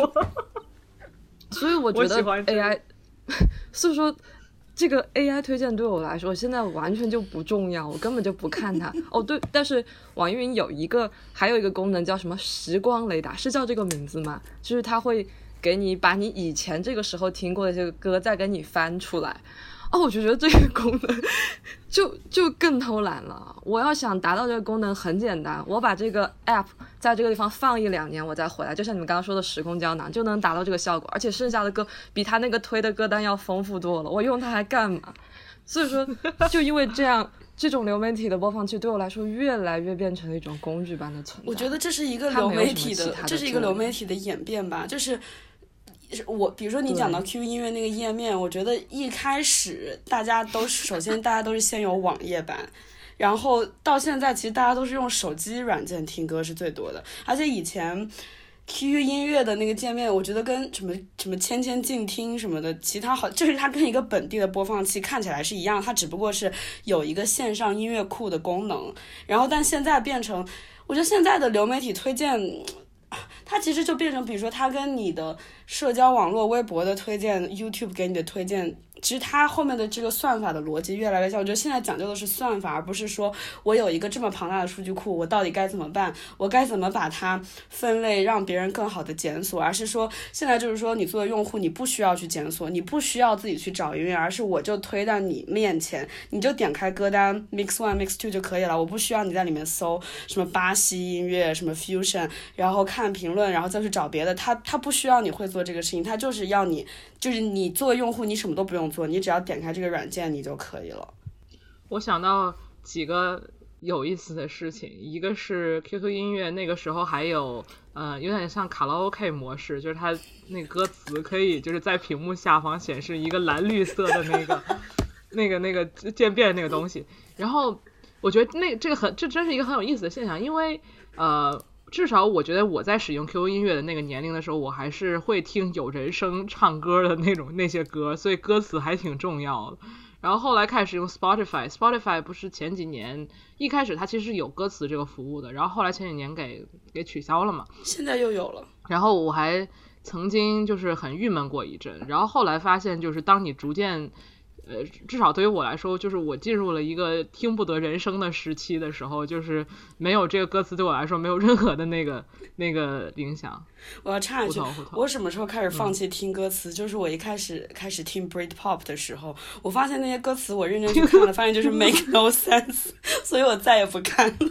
所以我觉得 AI 所以说这个 AI 推荐对我来说现在完全就不重要，我根本就不看它。哦对，但是网易云还有一个功能叫什么时光雷达，是叫这个名字吗？就是它会给你把你以前这个时候听过的这个歌再给你翻出来。我就觉得这个功能就更偷懒了。我要想达到这个功能很简单，我把这个 app 在这个地方放1-2年我再回来，就像你们刚刚说的时空胶囊就能达到这个效果，而且剩下的歌比他那个推的歌单要丰富多了，我用它还干嘛？所以说就因为这样这种流媒体的播放器对我来说越来越变成了一种工具般的存在。 我觉得这是一个流媒体的这是一个流媒体的演变吧。就是比如说你讲到 QQ 音乐那个页面，我觉得一开始大家都是先有网页版，然后到现在其实大家都是用手机软件听歌是最多的。而且以前 QQ 音乐的那个界面我觉得跟什么千静听什么的其他好，就是它跟一个本地的播放器看起来是一样，它只不过是有一个线上音乐库的功能。然后但现在变成，我觉得现在的流媒体推荐它其实就变成，比如说它跟你的社交网络微博的推荐 YouTube 给你的推荐，其实它后面的这个算法的逻辑越来越像。我觉得现在讲究的是算法，而不是说我有一个这么庞大的数据库我到底该怎么办，我该怎么把它分类让别人更好的检索，而是说现在就是说你作为用户你不需要去检索，你不需要自己去找音乐，而是我就推到你面前，你就点开歌单 Mix 1 Mix 2就可以了，我不需要你在里面搜什么巴西音乐什么 Fusion 然后看评论然后再去找别的，它不需要你会做这个事情，它就是要你就是你作为用户你什么都不用做，你只要点开这个软件你就可以了。 我想到几个有意思的事情，一个是 QQ 音乐那个时候还有有点像卡拉 OK 模式，就是它那个歌词可以就是在屏幕下方显示一个蓝绿色的那个渐变那个东西。然后我觉得这真是一个很有意思的现象，因为至少我觉得我在使用 QQ 音乐的那个年龄的时候，我还是会听有人声唱歌的那些歌，所以歌词还挺重要的。然后后来开始用 Spotify 不是前几年一开始它其实是有歌词这个服务的，然后后来前几年给取消了嘛， 现在又有了。 然后我还曾经就是很郁闷过一阵，然后后来发现就是当你逐渐至少对于我来说，就是我进入了一个听不得人声的时期的时候，就是没有这个歌词对我来说没有任何的那个影响。 我要插一句，我什么时候开始放弃听歌词？就是我一开始听 Britpop 的时候，我发现那些歌词我认真去看了，发现就是 make no sense， 所以我再也不看了。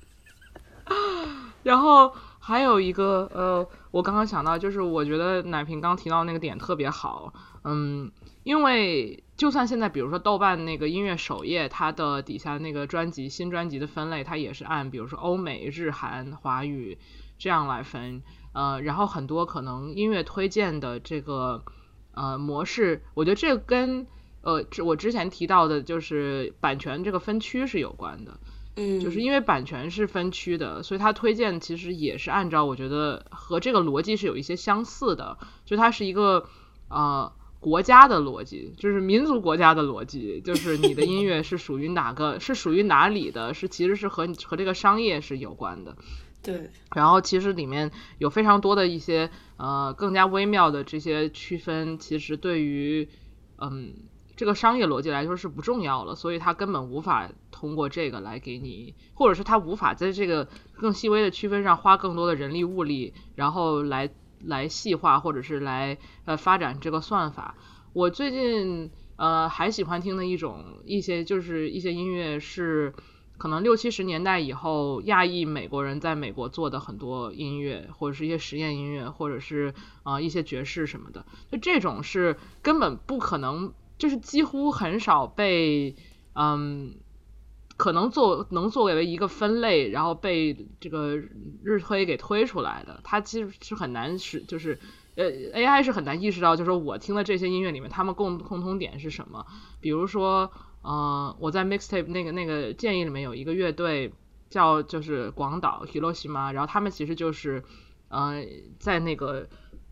然后还有一个我刚刚想到，就是我觉得奶瓶刚提到那个点特别好，因为就算现在比如说豆瓣那个音乐首页它的底下那个新专辑的分类，它也是按比如说欧美日韩华语这样来分，然后很多可能音乐推荐的这个模式，我觉得这个跟我之前提到的就是版权这个分区是有关的。就是因为版权是分区的，所以它推荐其实也是按照我觉得和这个逻辑是有一些相似的，就它是一个国家的逻辑，就是民族国家的逻辑，就是你的音乐是属于哪个，是属于哪里的，其实是和这个商业是有关的。 对， 然后其实里面有非常多的一些更加微妙的这些区分，其实对于这个商业逻辑来说是不重要了，所以它根本无法通过这个来给你，或者是它无法在这个更细微的区分上花更多的人力物力，然后来细化或者是来发展这个算法。我最近还喜欢听的一些音乐是可能60、70年代以后亚裔美国人在美国做的很多音乐，或者是一些实验音乐，或者是一些爵士什么的，就这种是根本不可能，就是几乎很少被可能能作为一个分类，然后被这个日推给推出来的。它其实是很难就是AI 是很难意识到，就是说我听的这些音乐里面他们共同点是什么。比如说我在 mixtape 那个建议里面有一个乐队就是广岛 Hiroshima， 然后他们其实就是在那个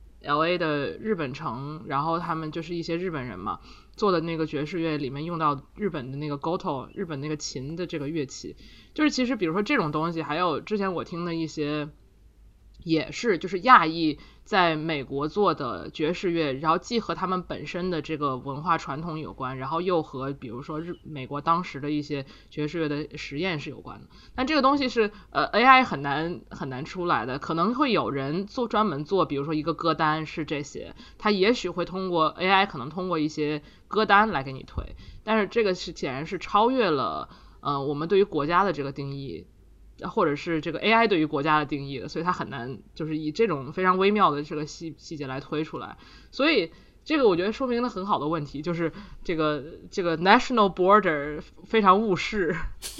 LA 的日本城，然后他们就是一些日本人嘛做的那个爵士乐里面用到日本的那个 Goto， 日本那个琴的这个乐器。就是其实比如说这种东西，还有之前我听的一些也是就是亚裔在美国做的爵士乐，然后既和他们本身的这个文化传统有关，然后又和比如说美国当时的一些爵士乐的实验是有关的。但这个东西是AI 很难出来的，可能会有人专门做比如说一个歌单是这些，他也许会通过 AI 可能通过一些歌单来给你推，但是这个显然是超越了我们对于国家的这个定义，或者是这个 AI 对于国家的定义的，所以它很难就是以这种非常微妙的这个细节来推出来。所以这个我觉得说明了很好的问题，就是这个 national border 非常误事。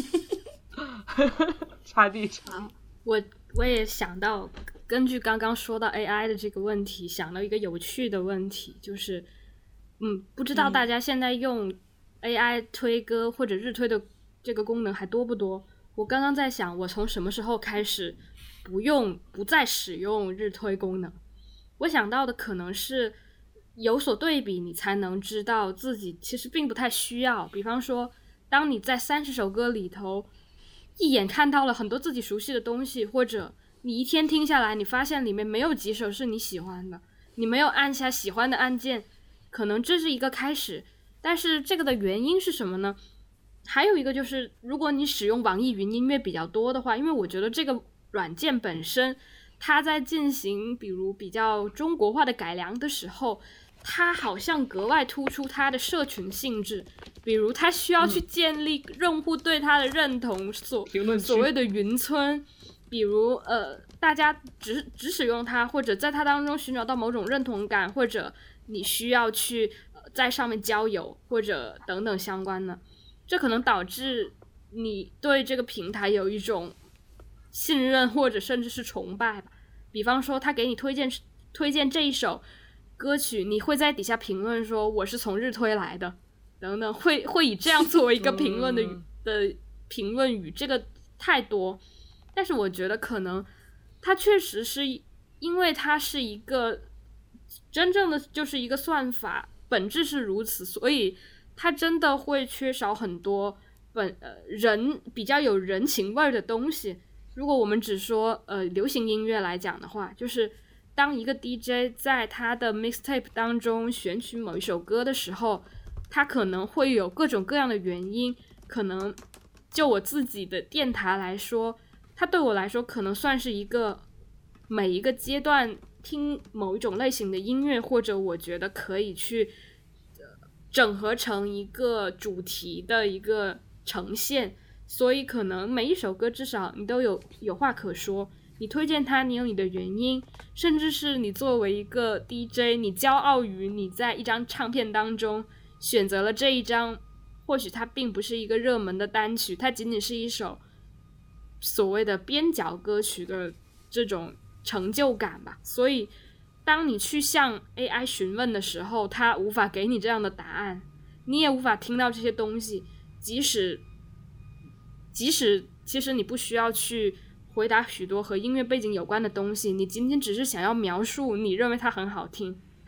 插地上， 我也想到，根据刚刚说到 AI 的这个问题，想到一个有趣的问题，就是不知道大家现在用 AI 推歌或者日推的这个功能还多不多？我刚刚在想，我从什么时候开始不再使用日推功能？我想到的可能是有所对比，你才能知道自己其实并不太需要。比方说，当你在30首歌里头一眼看到了很多自己熟悉的东西，或者你一天听下来，你发现里面没有几首是你喜欢的，你没有按下喜欢的按键，可能这是一个开始。但是这个的原因是什么呢？还有一个就是，如果你使用网易云音乐比较多的话，因为我觉得这个软件本身它在进行比如比较中国化的改良的时候，它好像格外突出它的社群性质，比如它需要去建立用户对它的认同，所谓的云村，比如大家只使用它，或者在它当中寻找到某种认同感，或者你需要去在上面交友或者等等相关的，这可能导致你对这个平台有一种信任或者甚至是崇拜吧。比方说他给你推荐这一首歌曲，你会在底下评论说我是从日推来的等等，会以这样作为一个评论的评论语，这个太多。但是我觉得可能它确实是因为它是一个真正的就是一个算法，本质是如此，所以它真的会缺少很多人比较有人情味的东西。如果我们只说流行音乐来讲的话，就是当一个 DJ 在他的 mixtape 当中选取某一首歌的时候，他可能会有各种各样的原因。可能就我自己的电台来说，它对我来说可能算是一个每一个阶段听某一种类型的音乐，或者我觉得可以去整合成一个主题的一个呈现。所以可能每一首歌至少你都有话可说，你推荐它你有你的原因，甚至是你作为一个 DJ 你骄傲于你在一张唱片当中选择了这一张，或许它并不是一个热门的单曲，它仅仅是一首所谓的边角歌曲的这种成就感吧。所以当你去向 AI 询问的时候，它无法给你这样的答案，你也无法听到这些东西，即使其实你不需要去回答许多和音乐背景有关的东西，你仅仅只是想要描述你认为它很好听，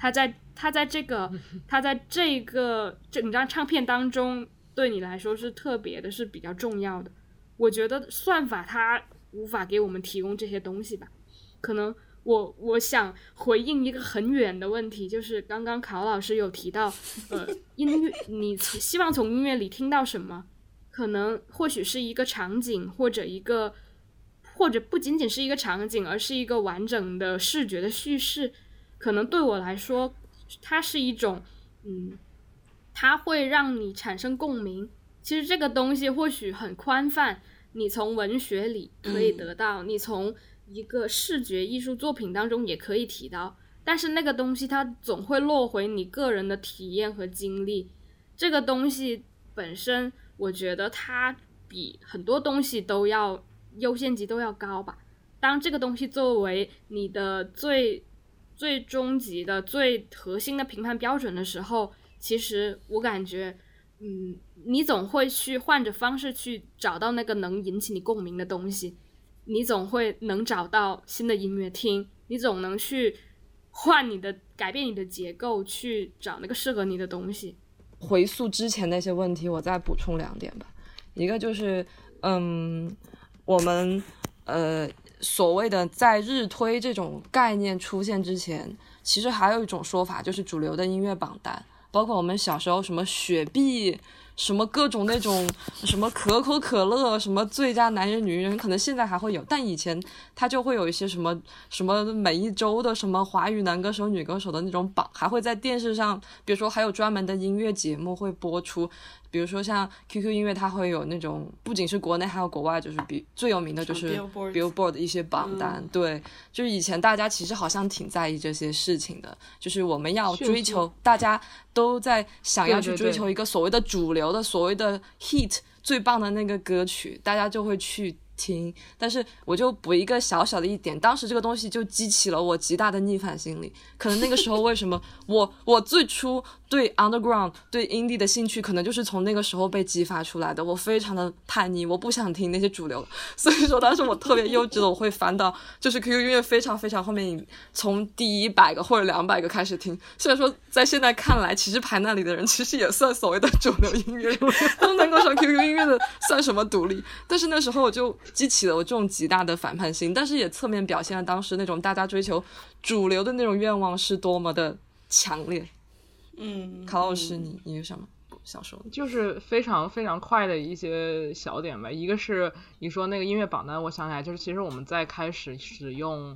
它在这个整张唱片当中对你来说是特别的，是比较重要的。我觉得算法它无法给我们提供这些东西吧。可能我想回应一个很远的问题，就是刚刚考老师有提到音乐，你希望从音乐里听到什么？可能或许是一个场景，或者不仅仅是一个场景，而是一个完整的视觉的叙事。可能对我来说它是一种它会让你产生共鸣。其实这个东西或许很宽泛，你从文学里可以得到，你从一个视觉艺术作品当中也可以提到，但是那个东西它总会落回你个人的体验和经历。这个东西本身我觉得它比很多东西都要优先级都要高吧。当这个东西作为你的最终极的最核心的评判标准的时候，其实我感觉你总会去换着方式去找到那个能引起你共鸣的东西，你总会能找到新的音乐听，你总能去改变你的结构，去找那个适合你的东西。 回溯之前那些问题，我再补充2点吧。一个就是我们所谓的在日推这种概念出现之前，其实还有一种说法，就是主流的音乐榜单，包括我们小时候什么雪碧，什么各种那种什么可口可乐，什么最佳男人女人，可能现在还会有，但以前它就会有一些什么每一周的什么华语男歌手女歌手的那种榜，还会在电视上，比如说还有专门的音乐节目会播出。比如说像 QQ 音乐它会有那种不仅是国内还有国外，就是最有名的就是 Billboard 的一些榜单。对，就是以前大家其实好像挺在意这些事情的，就是我们要追求，大家都在想要去追求一个所谓的主流的所谓的 hit 最棒的那个歌曲，大家就会去听。但是我就补一个小小的一点，当时这个东西就激起了我极大的逆反心理。可能那个时候为什么我最初对 underground 对 indie 的兴趣可能就是从那个时候被激发出来的。我非常的叛逆，我不想听那些主流，所以说当时我特别幼稚的我会翻到就是 QQ 音乐非常非常后面，从第100个或者200个开始听。虽然说在现在看来其实排那里的人其实也算所谓的主流音乐，都能够上 QQ 音乐的算什么独立，但是那时候我就激起了我这种极大的反叛心，但是也侧面表现了当时那种大家追求主流的那种愿望是多么的强烈。考老师你有什么想说的？ 就是非常非常快的一些小点吧。一个是你说那个音乐榜单，我想起来就是其实我们在开始使用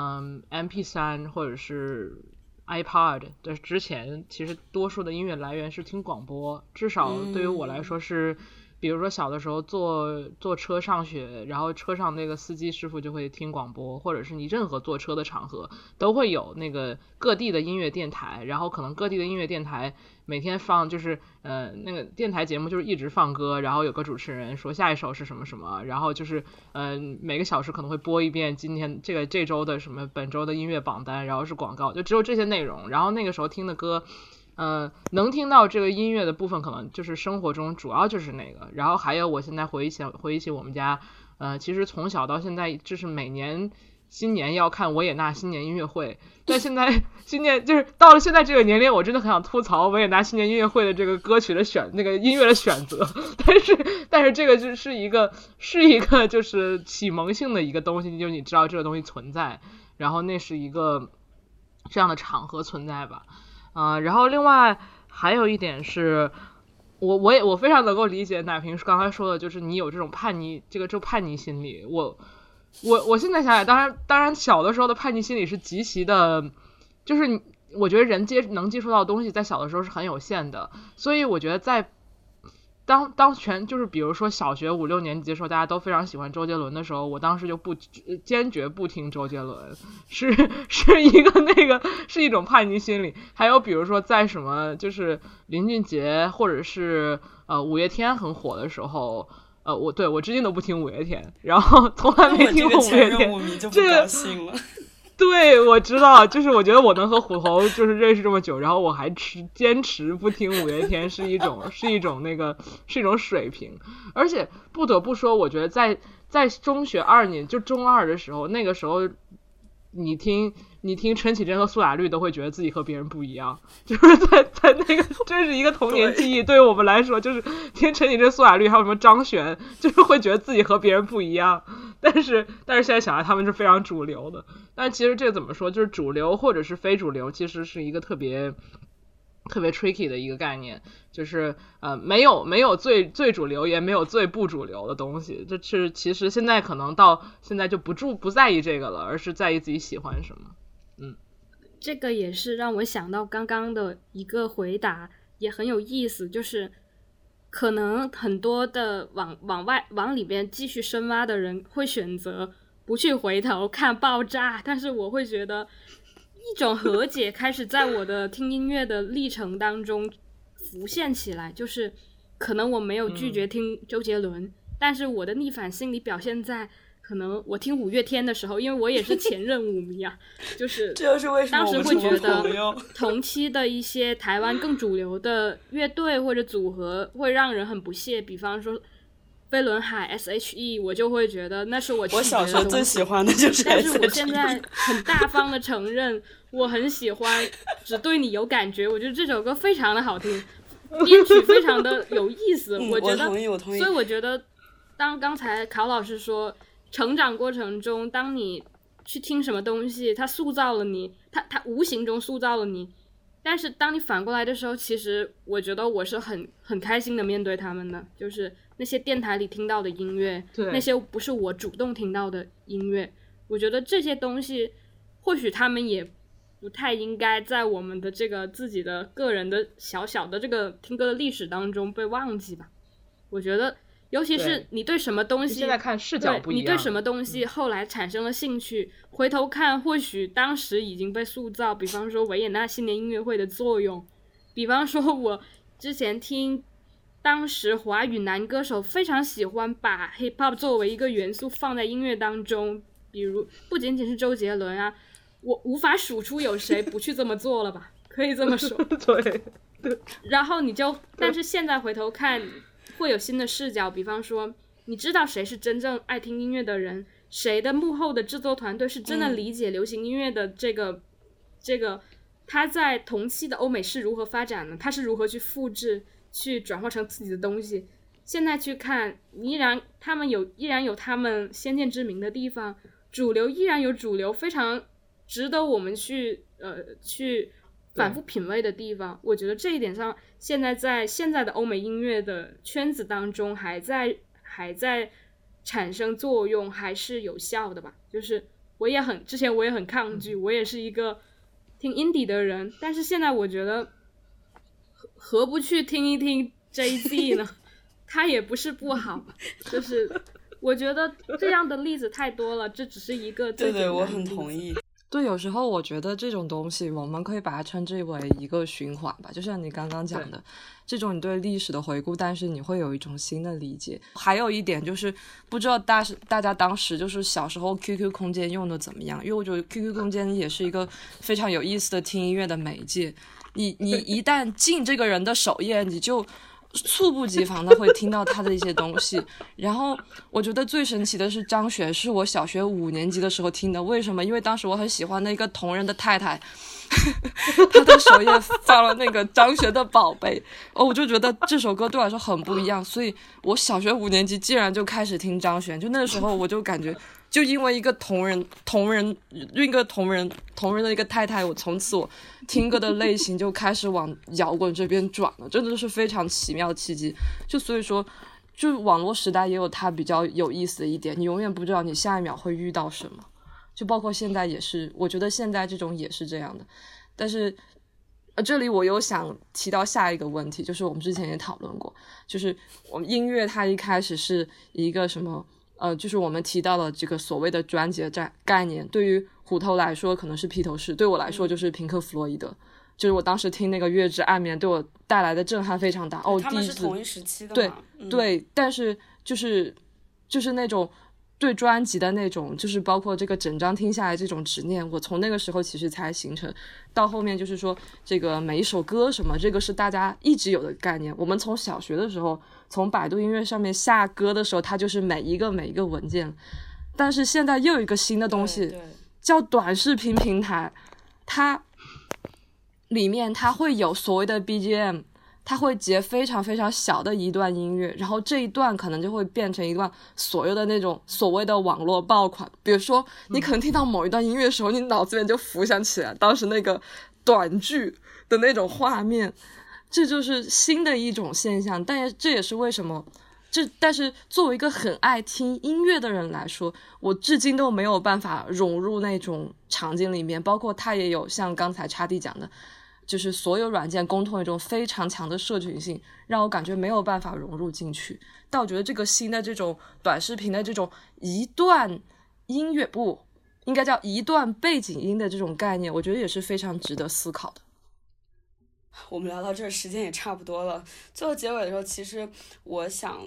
MP3 或者是 iPod 的之前，其实多数的音乐来源是听广播，至少对于我来说是比如说小的时候坐车上学，然后车上那个司机师傅就会听广播，或者是你任何坐车的场合都会有那个各地的音乐电台，然后可能各地的音乐电台每天放就是那个电台节目就是一直放歌，然后有个主持人说下一首是什么什么，然后就是每个小时可能会播一遍今天这周的什么本周的音乐榜单，然后是广告，就只有这些内容。然后那个时候听的歌能听到这个音乐的部分可能就是生活中主要就是那个。然后还有我现在回忆起我们家其实从小到现在就是每年新年要看维也纳新年音乐会，但现在新年就是到了现在这个年龄，我真的很想吐槽维也纳新年音乐会的这个歌曲的那个音乐的选择，但是这个就是一个就是启蒙性的一个东西，就是你知道这个东西存在，然后那是一个这样的场合存在吧。然后另外还有一点是我非常能够理解奶瓶刚才说的，就是你有这种叛逆心理。我现在想想，当然小的时候的叛逆心理是极其的，就是我觉得人能接触到的东西在小的时候是很有限的，所以我觉得在当全就是比如说小学5、6年级的时候大家都非常喜欢周杰伦的时候，我当时就坚决不听周杰伦，是一个那个是一种叛逆心理。还有比如说在什么就是林俊杰或者是五月天很火的时候，我至今都不听五月天，然后从来没听过五月天， 这个对，我知道，就是我觉得我能和虎头就是认识这么久，然后我还坚持不听五月天是一种水平。而且不得不说，我觉得在中学2年就中2的时候，那个时候你听你听陈绮贞和苏打绿都会觉得自己和别人不一样，就是在那个这是一个童年记忆，对于我们来说就是听陈绮贞、苏打绿还有什么张悬，就是会觉得自己和别人不一样。但是现在想来他们是非常主流的。但其实这怎么说，就是主流或者是非主流其实是一个特别 tricky 的一个概念，就是没有最主流，也没有最不主流的东西。这是其实现在可能到现在就不在意这个了，而是在意自己喜欢什么。 这个也是让我想到刚刚的一个回答，也很有意思，就是可能很多的往里边继续深挖的人会选择不去回头看爆炸，但是我会觉得一种和解开始在我的听音乐的历程当中浮现起来，就是可能我没有拒绝听周杰伦，但是我的逆反心理表现在可能我听五月天的时候，因为我也是前任舞迷啊，就是这就是为什么当时会觉我们得同期的一些台湾更主流的乐队或者组合会让人很不屑，比方说飞轮海 S.H.E， 我就会觉得那是我小时候最喜欢的就是 S.H.E， 但是我现在很大方的承认我很喜欢只对你有感觉，我觉得这首歌非常的好听，编曲非常的有意思，我觉得我同意。 所以我觉得当刚才考老师说成长过程中当你去听什么东西它塑造了你，它无形中塑造了你，但是当你反过来的时候，其实我觉得我是很开心的面对他们的，就是那些电台里听到的音乐，那些不是我主动听到的音乐，我觉得这些东西或许他们也不太应该在我们的这个自己的个人的小小的这个听歌的历史当中被忘记吧。我觉得尤其是你对什么东西现在看视角不一样， 你对什么东西后来产生了兴趣，回头看或许当时已经被塑造，比方说维也纳新年音乐会的作用，比方说我之前听当时华语男歌手非常喜欢把 hip hop 作为一个元素放在音乐当中，比如不仅仅是周杰伦啊，我无法数出有谁不去这么做了吧，可以这么说对， 然后但是现在回头看会有新的视角，比方说你知道谁是真正爱听音乐的人，谁的幕后的制作团队是真的理解流行音乐的这个他在同期的欧美是如何发展的，他是如何去复制去转化成自己的东西。现在去看他们依然有他们先见之明的地方，主流依然有主流非常值得我们去反复品味的地方。我觉得这一点上在现在的欧美音乐的圈子当中还在产生作用，还是有效的吧。就是之前我也很抗拒，我也是一个听 indie 的人，但是现在我觉得何不去听一听 Jay-Z 呢？他也不是不好，就是我觉得这样的例子太多了，这只是一个最简单的例子。 对，我很同意。 对，有时候我觉得这种东西我们可以把它称之为一个循环吧，就像你刚刚讲的这种你对历史的回顾，但是你会有一种新的理解。还有一点就是不知道大家当时就是小时候 QQ 空间用的怎么样，因为我觉得 QQ 空间也是一个非常有意思的听音乐的媒介，你一旦进这个人的首页，你就猝不及防的会听到他的一些东西。然后我觉得最神奇的是张悬，是我小学5年级的时候听的。为什么？因为当时我很喜欢那个同人的太太他的首页放了那个张悬的宝贝，我就觉得这首歌对我来说很不一样，所以我小学5年级竟然就开始听张悬。就那个时候我就感觉就因为一个同人的一个太太，我从此我听歌的类型就开始往摇滚这边转了，真的是非常奇妙契机。就所以说就网络时代也有它比较有意思的一点，你永远不知道你下一秒会遇到什么，就包括现在也是，我觉得现在这种也是这样的。但是这里我又想提到下一个问题，就是我们之前也讨论过，就是我们音乐它一开始是一个什么就是我们提到了这个所谓的专辑的概念，对于虎头来说可能是披头士，对我来说就是平克·弗洛伊德。就是我当时听那个月之暗眠对我带来的震撼非常大。 他们是同一时期的嘛。 对，但是就是那种对专辑的那种，就是包括这个整张听下来这种执念，我从那个时候其实才形成。到后面就是说这个每一首歌什么，这个是大家一直有的概念。我们从小学的时候，从百度音乐上面下歌的时候，它就是每一个文件。但是现在又有一个新的东西， 叫短视频平台，它里面它会有所谓的 BGM， 它会截非常非常小的一段音乐，然后这一段可能就会变成一段所有的那种所谓的网络爆款。比如说你可能听到某一段音乐的时候，你脑子里面就浮想起来当时那个短剧的那种画面，这就是新的一种现象。但这也是为什么但是作为一个很爱听音乐的人来说，我至今都没有办法融入那种场景里面。包括它也有像刚才叉弟讲的，就是所有软件共同一种非常强的社群性，让我感觉没有办法融入进去。但我觉得这个新的这种短视频的这种一段音乐，不应该叫一段背景音的这种概念，我觉得也是非常值得思考的。 我们聊到这儿，时间也差不多了。最后结尾的时候，其实我想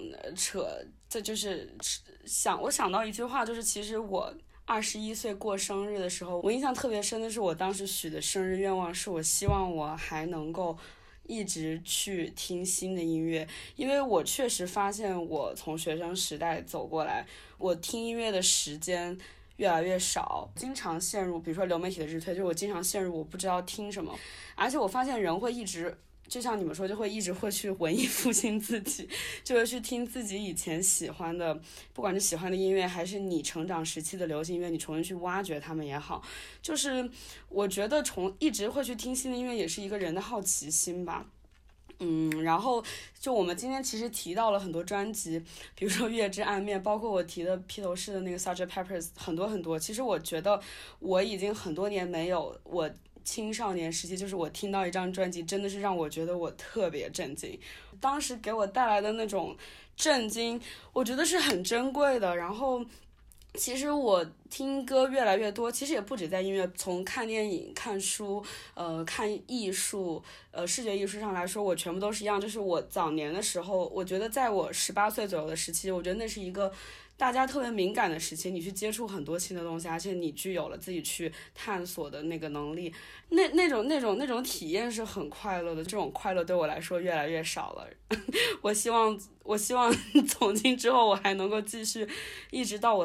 我想到一句话，就是其实我21岁过生日的时候，我印象特别深的是，我当时许的生日愿望是我希望我还能够一直去听新的音乐，因为我确实发现我从学生时代走过来，我听音乐的时间越来越少，经常陷入比如说流媒体的日推，就是我经常陷入我不知道听什么，而且我发现人会一直就像你们说，就会一直会去文艺复兴自己，就会去听自己以前喜欢的，不管是喜欢的音乐还是你成长时期的流行音乐，你重新去挖掘它们也好，就是我觉得一直会去听新的音乐也是一个人的好奇心吧。然后就我们今天其实提到了很多专辑，比如说月之暗面，包括我提的披头士的那个 Sgt. Pepper's， 很多很多。其实我觉得我已经很多年没有我青少年时期，就是我听到一张专辑真的是让我觉得我特别震惊，当时给我带来的那种震惊我觉得是很珍贵的。然后其实我听歌越来越多，其实也不止在音乐，从看电影、看书、看艺术、视觉艺术上来说，我全部都是一样。就是我早年的时候，我觉得在我18岁左右的时期，我觉得那是一个大家特别敏感的时期，你去接触很多新的东西，而且你具有了自己去探索的那个能力，那种体验是很快乐的。这种快乐对我来说越来越少了。我希望从今之后我还能够继续，一直到我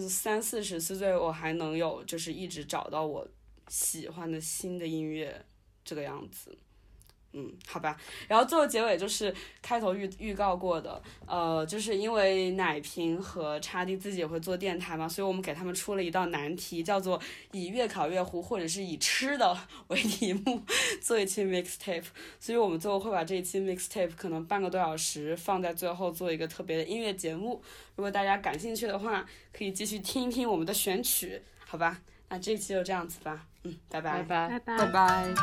30-40岁，我还能有就是一直找到我喜欢的新的音乐这个样子。好吧。然后最后结尾就是开头预告过的，就是因为奶瓶和叉弟自己也会做电台嘛，所以我们给他们出了一道难题，叫做以越考越糊或者是以吃的为题目做一期 mixtape， 所以我们最后会把这一期 mixtape 可能半个多小时放在最后做一个特别的音乐节目，如果大家感兴趣的话可以继续听一听我们的选曲，好吧。那这一期就这样子吧，拜拜拜拜拜拜。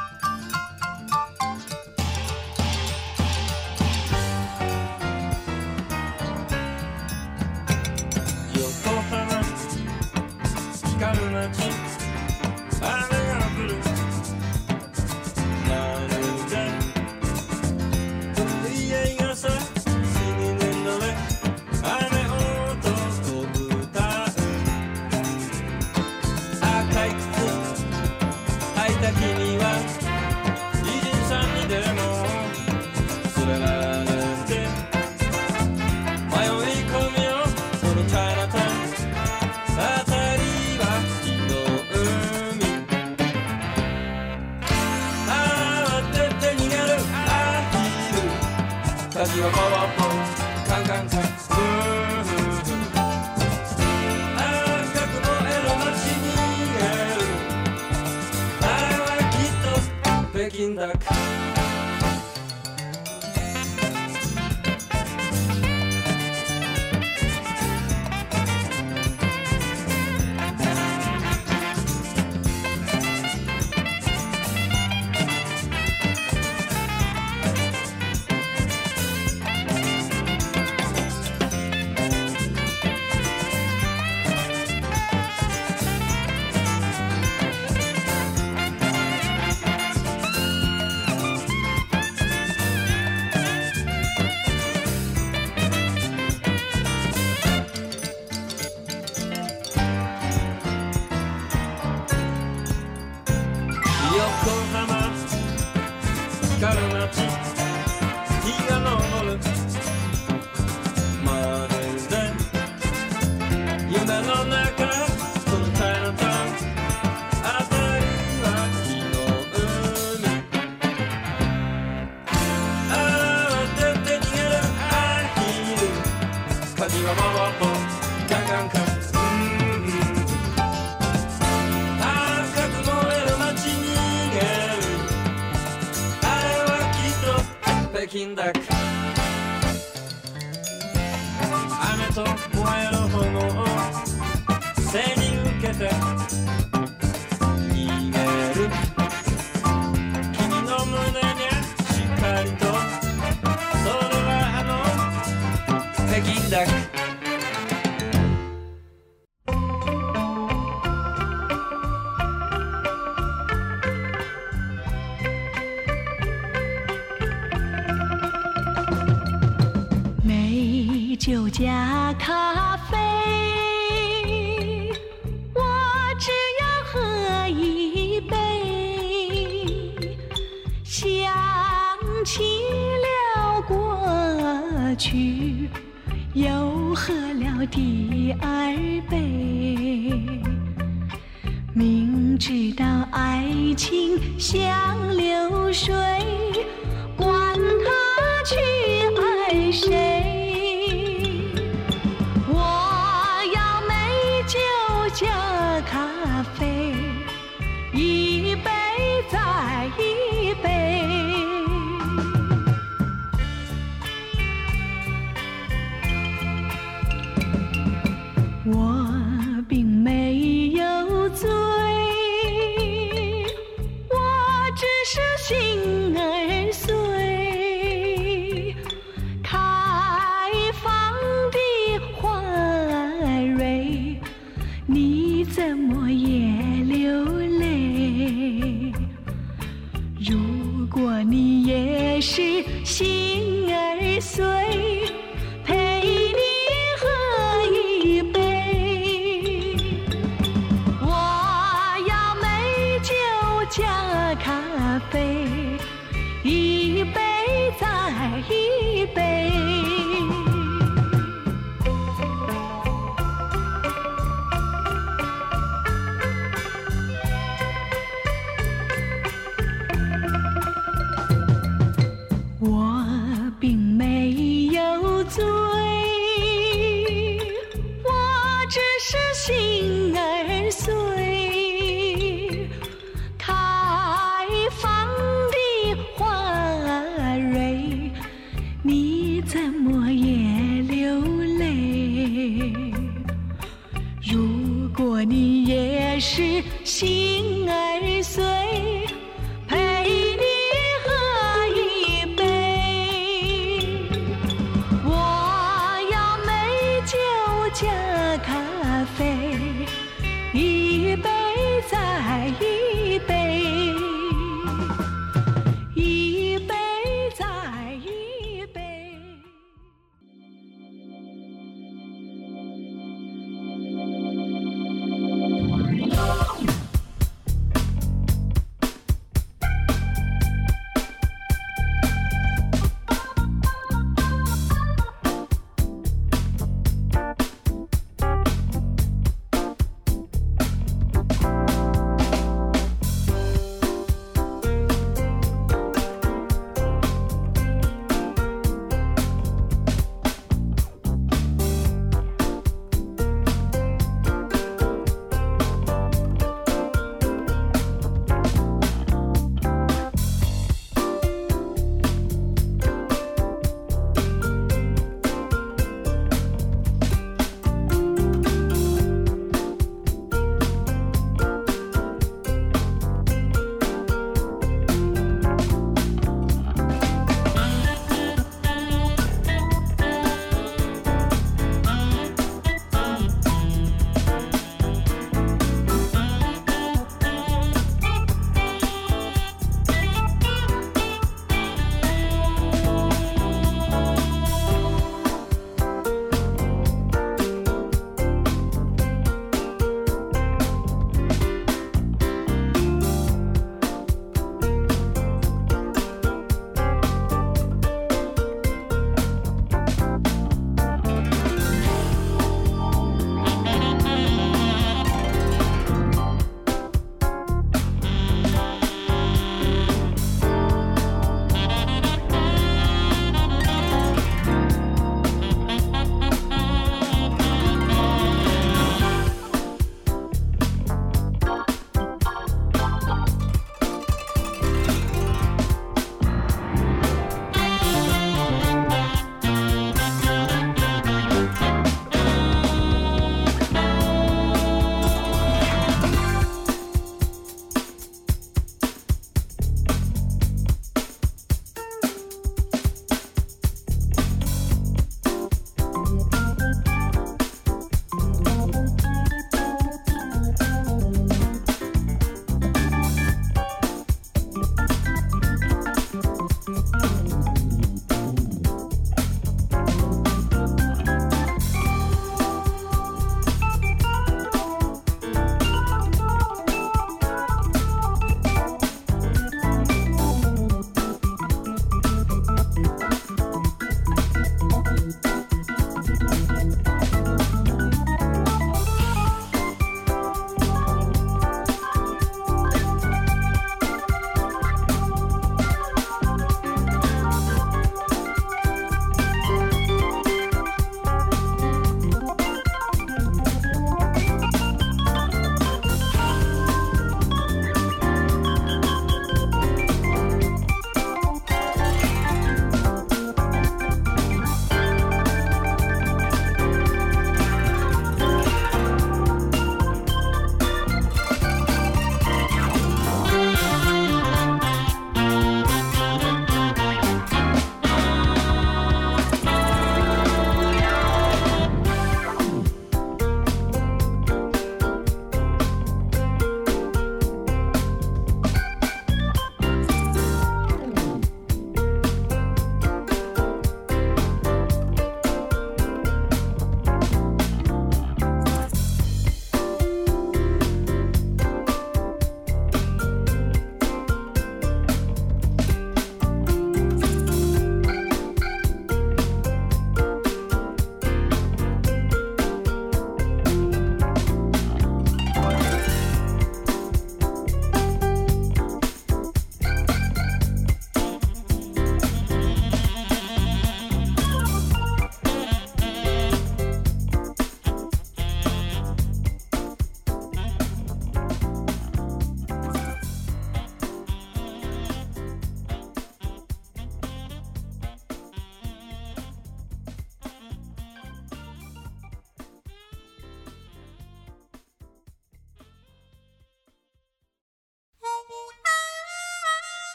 光る街雨が降るまるで家がさ死にねんのね雨音と歌う赤い靴履いた君は美人さんにでも連れられて迷い込むよそのチャイナタウン鍵はポワポカンカンカン赤く燃える街に逃げるあれはきっと北京ダック光る街日が昇るまるで夢の中このチャイナタウンけて逃げる君の胸にしっかりとそれは北京ダック美酒加咖啡，我只要喝一杯，想起了过去，又喝了第二杯，明知道爱情像流水，管他去爱谁。加咖啡，一杯再一杯。我并没有醉，我只是心儿碎。开放的花蕊，你怎么也流泪？如果你也是心儿碎，陪你喝一杯。我要美酒加咖啡，一杯再一杯。我并没有醉，我只是心儿碎。开放的花蕊，你怎么也流泪？如果你也是心儿碎，加咖啡，一杯再一杯，一杯再一杯。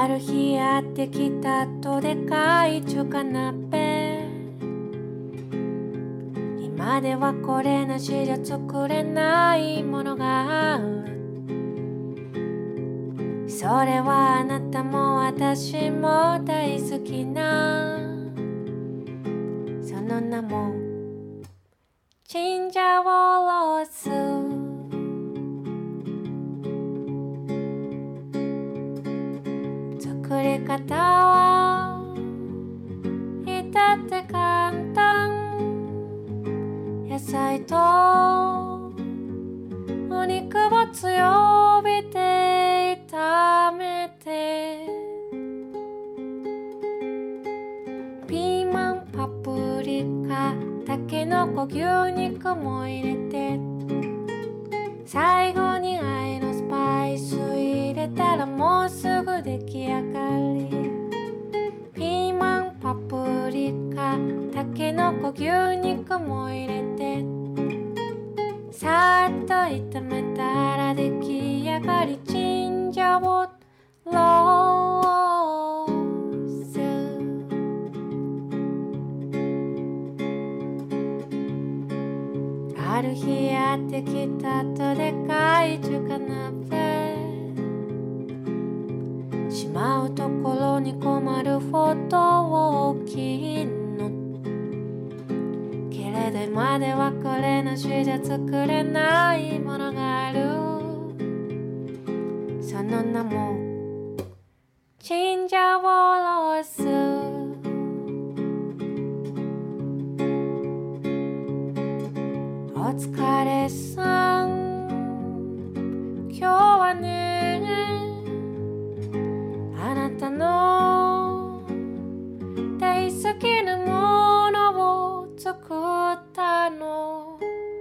ある日やってきたどでかい中華鍋、今ではこれなしじゃ作れないものがある。それはあなたも私も大好きな、その名もチンジャオロース。作り方は至って簡単。野菜とお肉を強火で炒めて、ピーマン、パプリカ、たけのこ、牛肉も入れて、最後に愛のスパイス入れたらもうすぐ出来上がり。ピーマン、パプリカ、たけのこ、牛肉も入れて、さっと炒めたら出来上がり。チンジャオロース。ある日やってきたどでかい中華鍋、しまうところに困るほど大きいの。けれど今ではこれなしじゃ作れないものがある。その名もチンジャオロース。お疲れさん、今日はね、あなたの大好きなものを作ったの。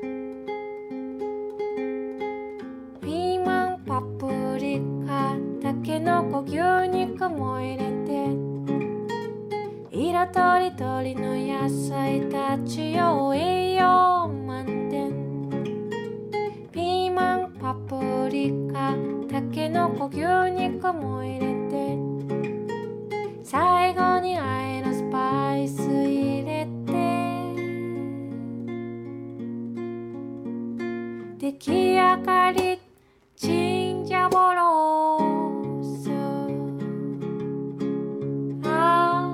ピーマン、パプリカ、たけのこ、牛肉も入れて、色とりどりの野菜たちを栄養満点。ピーマン、パプリカ、たけのこ、牛肉も入れて、最後に愛のスパイス入れて、出来上がり。チンジャオロース。あ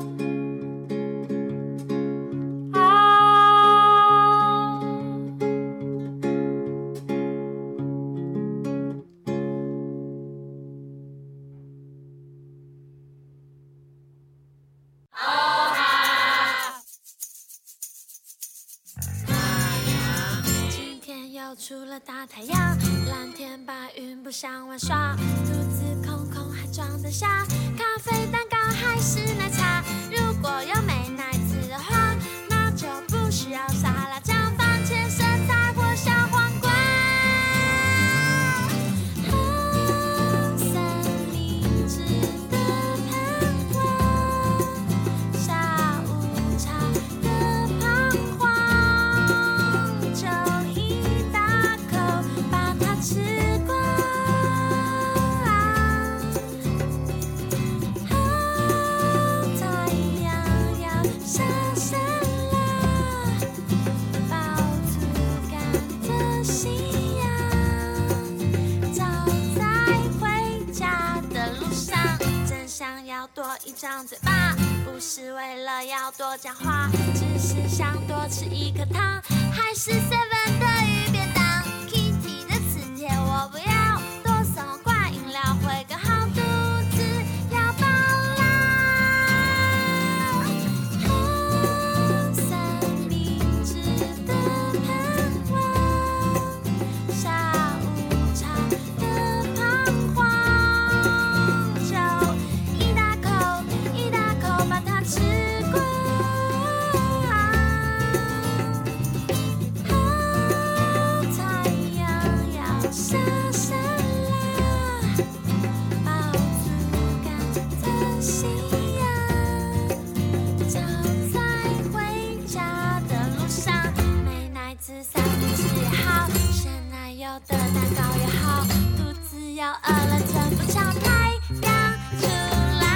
あ今天又出了大太阳，蓝天白云不想玩耍，肚子空空还装得下，咖啡蛋糕还是奶茶。如果有美乃滋的话，那就不需要沙拉酱、番茄、生菜或小黄瓜。红色明治的盼望，下午茶的彷徨，就一大口把它吃光。太阳要下山了，饱足感的夕阳照在回家的路上，真想要多一张嘴巴，不是为了要多讲话，只是想多吃一颗糖，还是 7的鱼便当。Kitty 的磁铁我不要，多送罐饮料会更好，肚子要饱啦。红色明治的盼望，下午茶的彷徨，就一大口一大口把它吃光。太阳要下山啦，饱足感的夕阳照在回家的路上，美乃滋三明治也好，鲜奶油的蛋糕也好，肚子要饿了真不巧太阳出来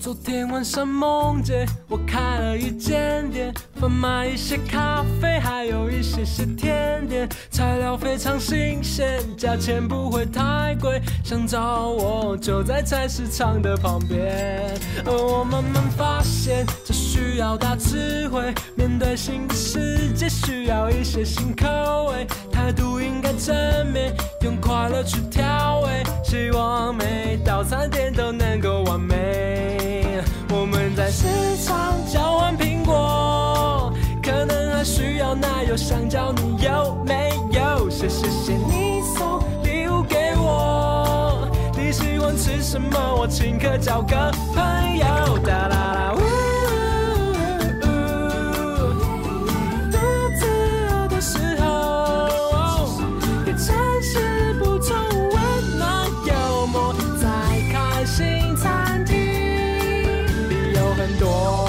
昨天晚上梦见我开了一间店，贩卖一些咖啡，还有一些甜点，材料非常新鲜，价钱不会太贵，想找我就在菜市场的旁边。我慢慢发现这需要大智慧，面对新的世界需要一些新口味，态度应该正面，用快乐去调味，希望每道餐点都能够完美。我们在市场交换苹果，可能还需要奶油香蕉，你有没有？谢谢你送礼物给我，你喜欢吃什么？我请客交个朋友。哒啦啦呜，肚子饿的时候，也真是不错，温暖幽默，在开心餐厅里有很多。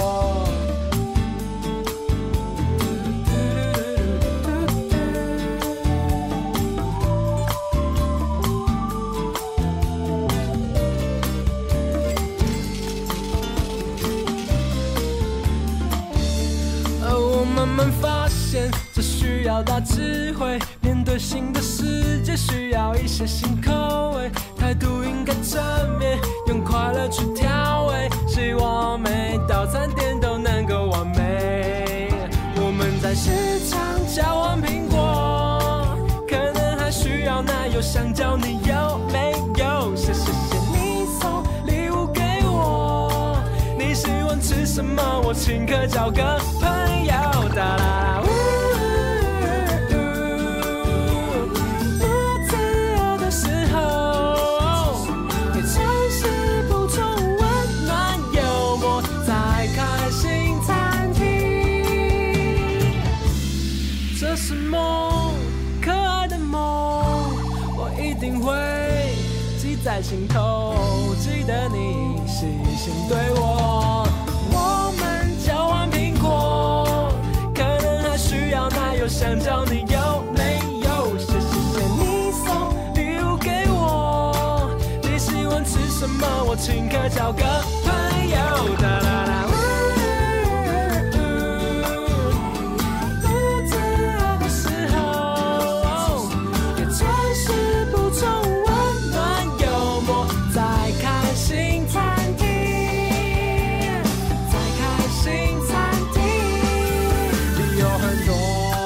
慢慢发现这需要大智慧，面对新的世界需要一些新口味，态度应该正面，用快乐去调味，希望每道餐点都能够完美。我们在市场交换苹果，可能还需要奶油香蕉，你有没有？谢谢你送礼物给我，你喜欢吃什么？我请客交个朋友。哒啦啦呜，肚子饿的时候，也真是不错，温暖幽默，在开心餐厅。这是梦，可爱的梦，我一定会记在心头，记得你细心对我。我们交换苹果，可能还需要奶油香蕉，你有没有？谢谢你送礼物给我，你喜欢吃什么？我请客交个朋友。哒啦啦呜，肚子饿的时候，也真是不错，温暖幽默，在开心餐厅，在开心餐厅里有很多。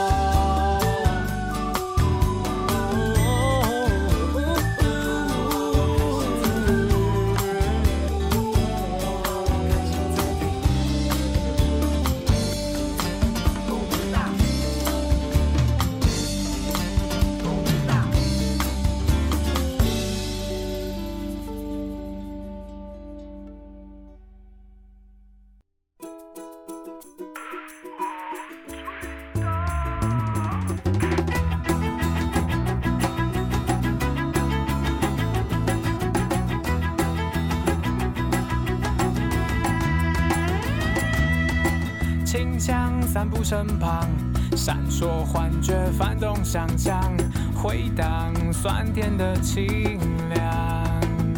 清香散布身旁，闪烁幻觉翻动想象，回荡酸甜的清凉，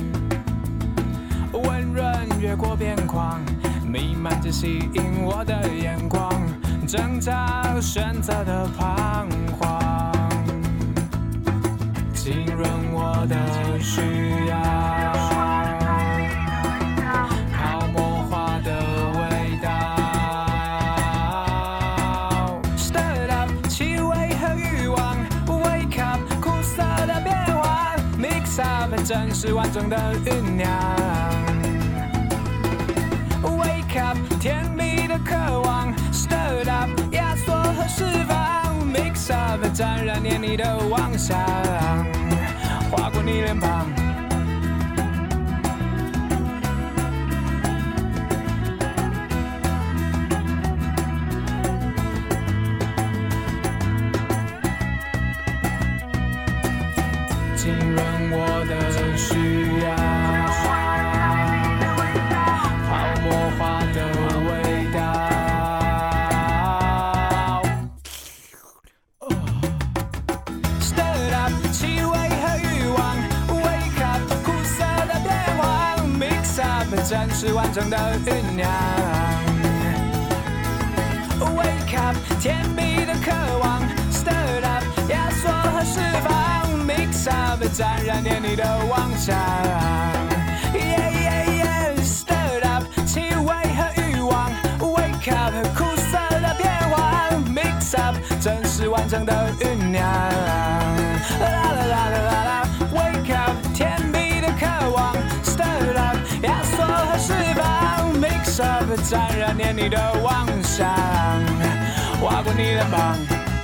温润越过边框，弥漫着吸引我的眼光，挣扎选择的彷徨，浸润我的需要。真是完整的酝酿 Wake up 甜蜜的渴望 Stir up 压缩和释放 Mix up 沾染黏腻的妄想划过你脸庞浸润我的需要，泡沫化的味道。Stir up 气味和欲望 ，Wake up， 正式完成的酝酿。Wake up， 甜蜜的渴望 ，Stir up， 压缩和释放 ，Mix up， 沾染黏腻的妄想。Yeah yeah yeah，Stir up， 气味和欲望 ，Wake up， 苦涩的变换 ，Mix up， 正式完成的酝酿。啦啦啦啦啦啦 ，Wake up， 甜蜜的渴望 ，Stir up， 压缩和释放 ，Mix up， 沾染黏腻的妄想。划过你的膀。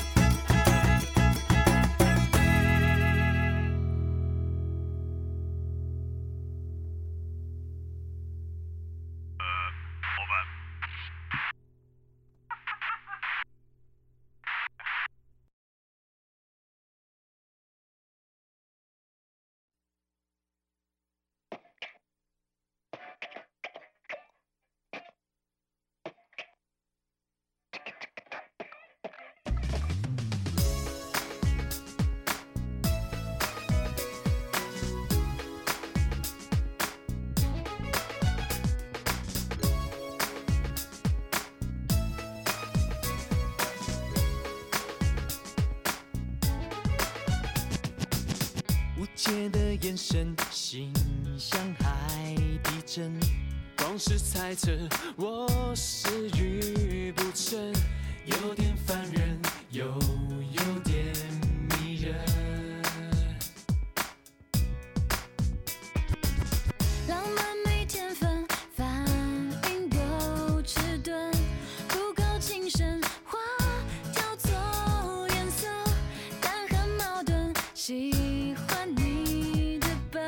无解的眼神，心像海底针，光是猜测我是遇不成，有点烦人，又有点迷人。 浪漫没天分，反应都迟钝，不够精神，话挑错颜色，但很矛盾。喜欢你的笨，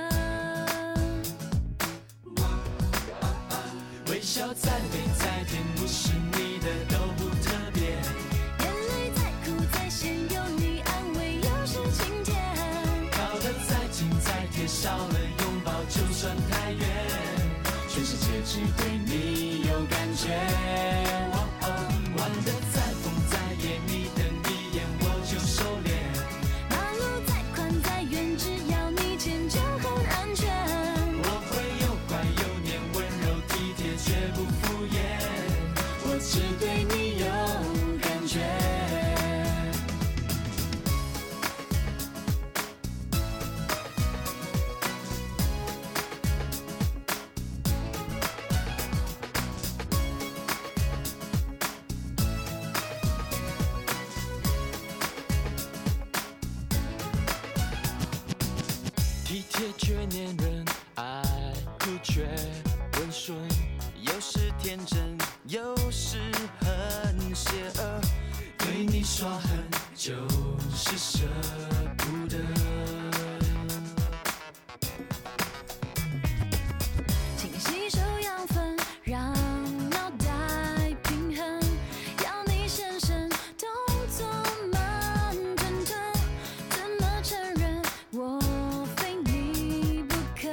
微笑再美再甜，不是你的都不特别。 眼泪再苦再咸，有你安慰又是晴天。 靠得再近再贴，少了拥抱就算太远。全世界只对你有感觉。玩得再疯再野，你瞪一眼我就收敛。 马路再宽再远，只要你牵就很安全。 我会又乖又黏，温柔体贴却不敷衍。我只对你有感觉。体贴却黏人，爱哭却温顺，有时天真，有时很邪恶。对你耍狠，就是舍不得。 请吸收养分，让脑袋平衡。要你深深动作慢吞吞，怎么承认我非你不可？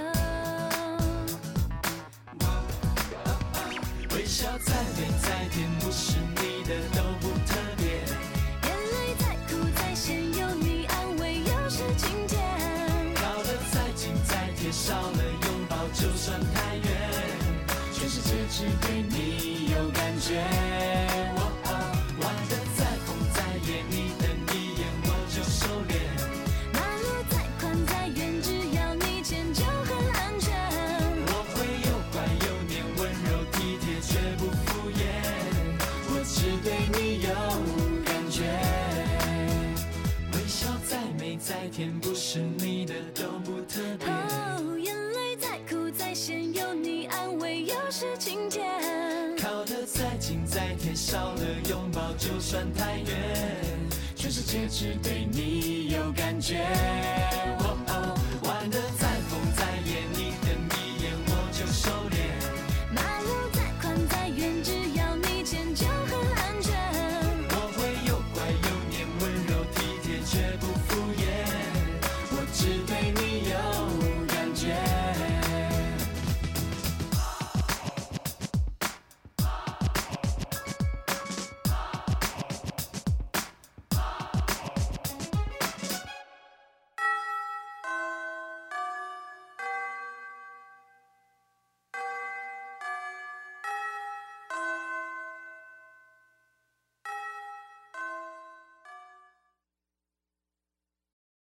微笑再美再甜，不是你的都不特别。 眼泪再苦再咸，有你安慰又是晴天。 靠得再近再贴，少了拥抱就算太远。全世界只对你有感觉。玩得再疯再野，你瞪一眼我就收敛。 马路再宽再远，只要你牵就很安全。 我会又乖又黏，温柔体贴却不敷衍。我只对你有感觉。微笑再美再甜，不是你的都不特别。 眼泪再苦再咸，有你安慰又是晴天。 靠得再近再贴，少了拥抱就算太远。全世界只对你有感觉。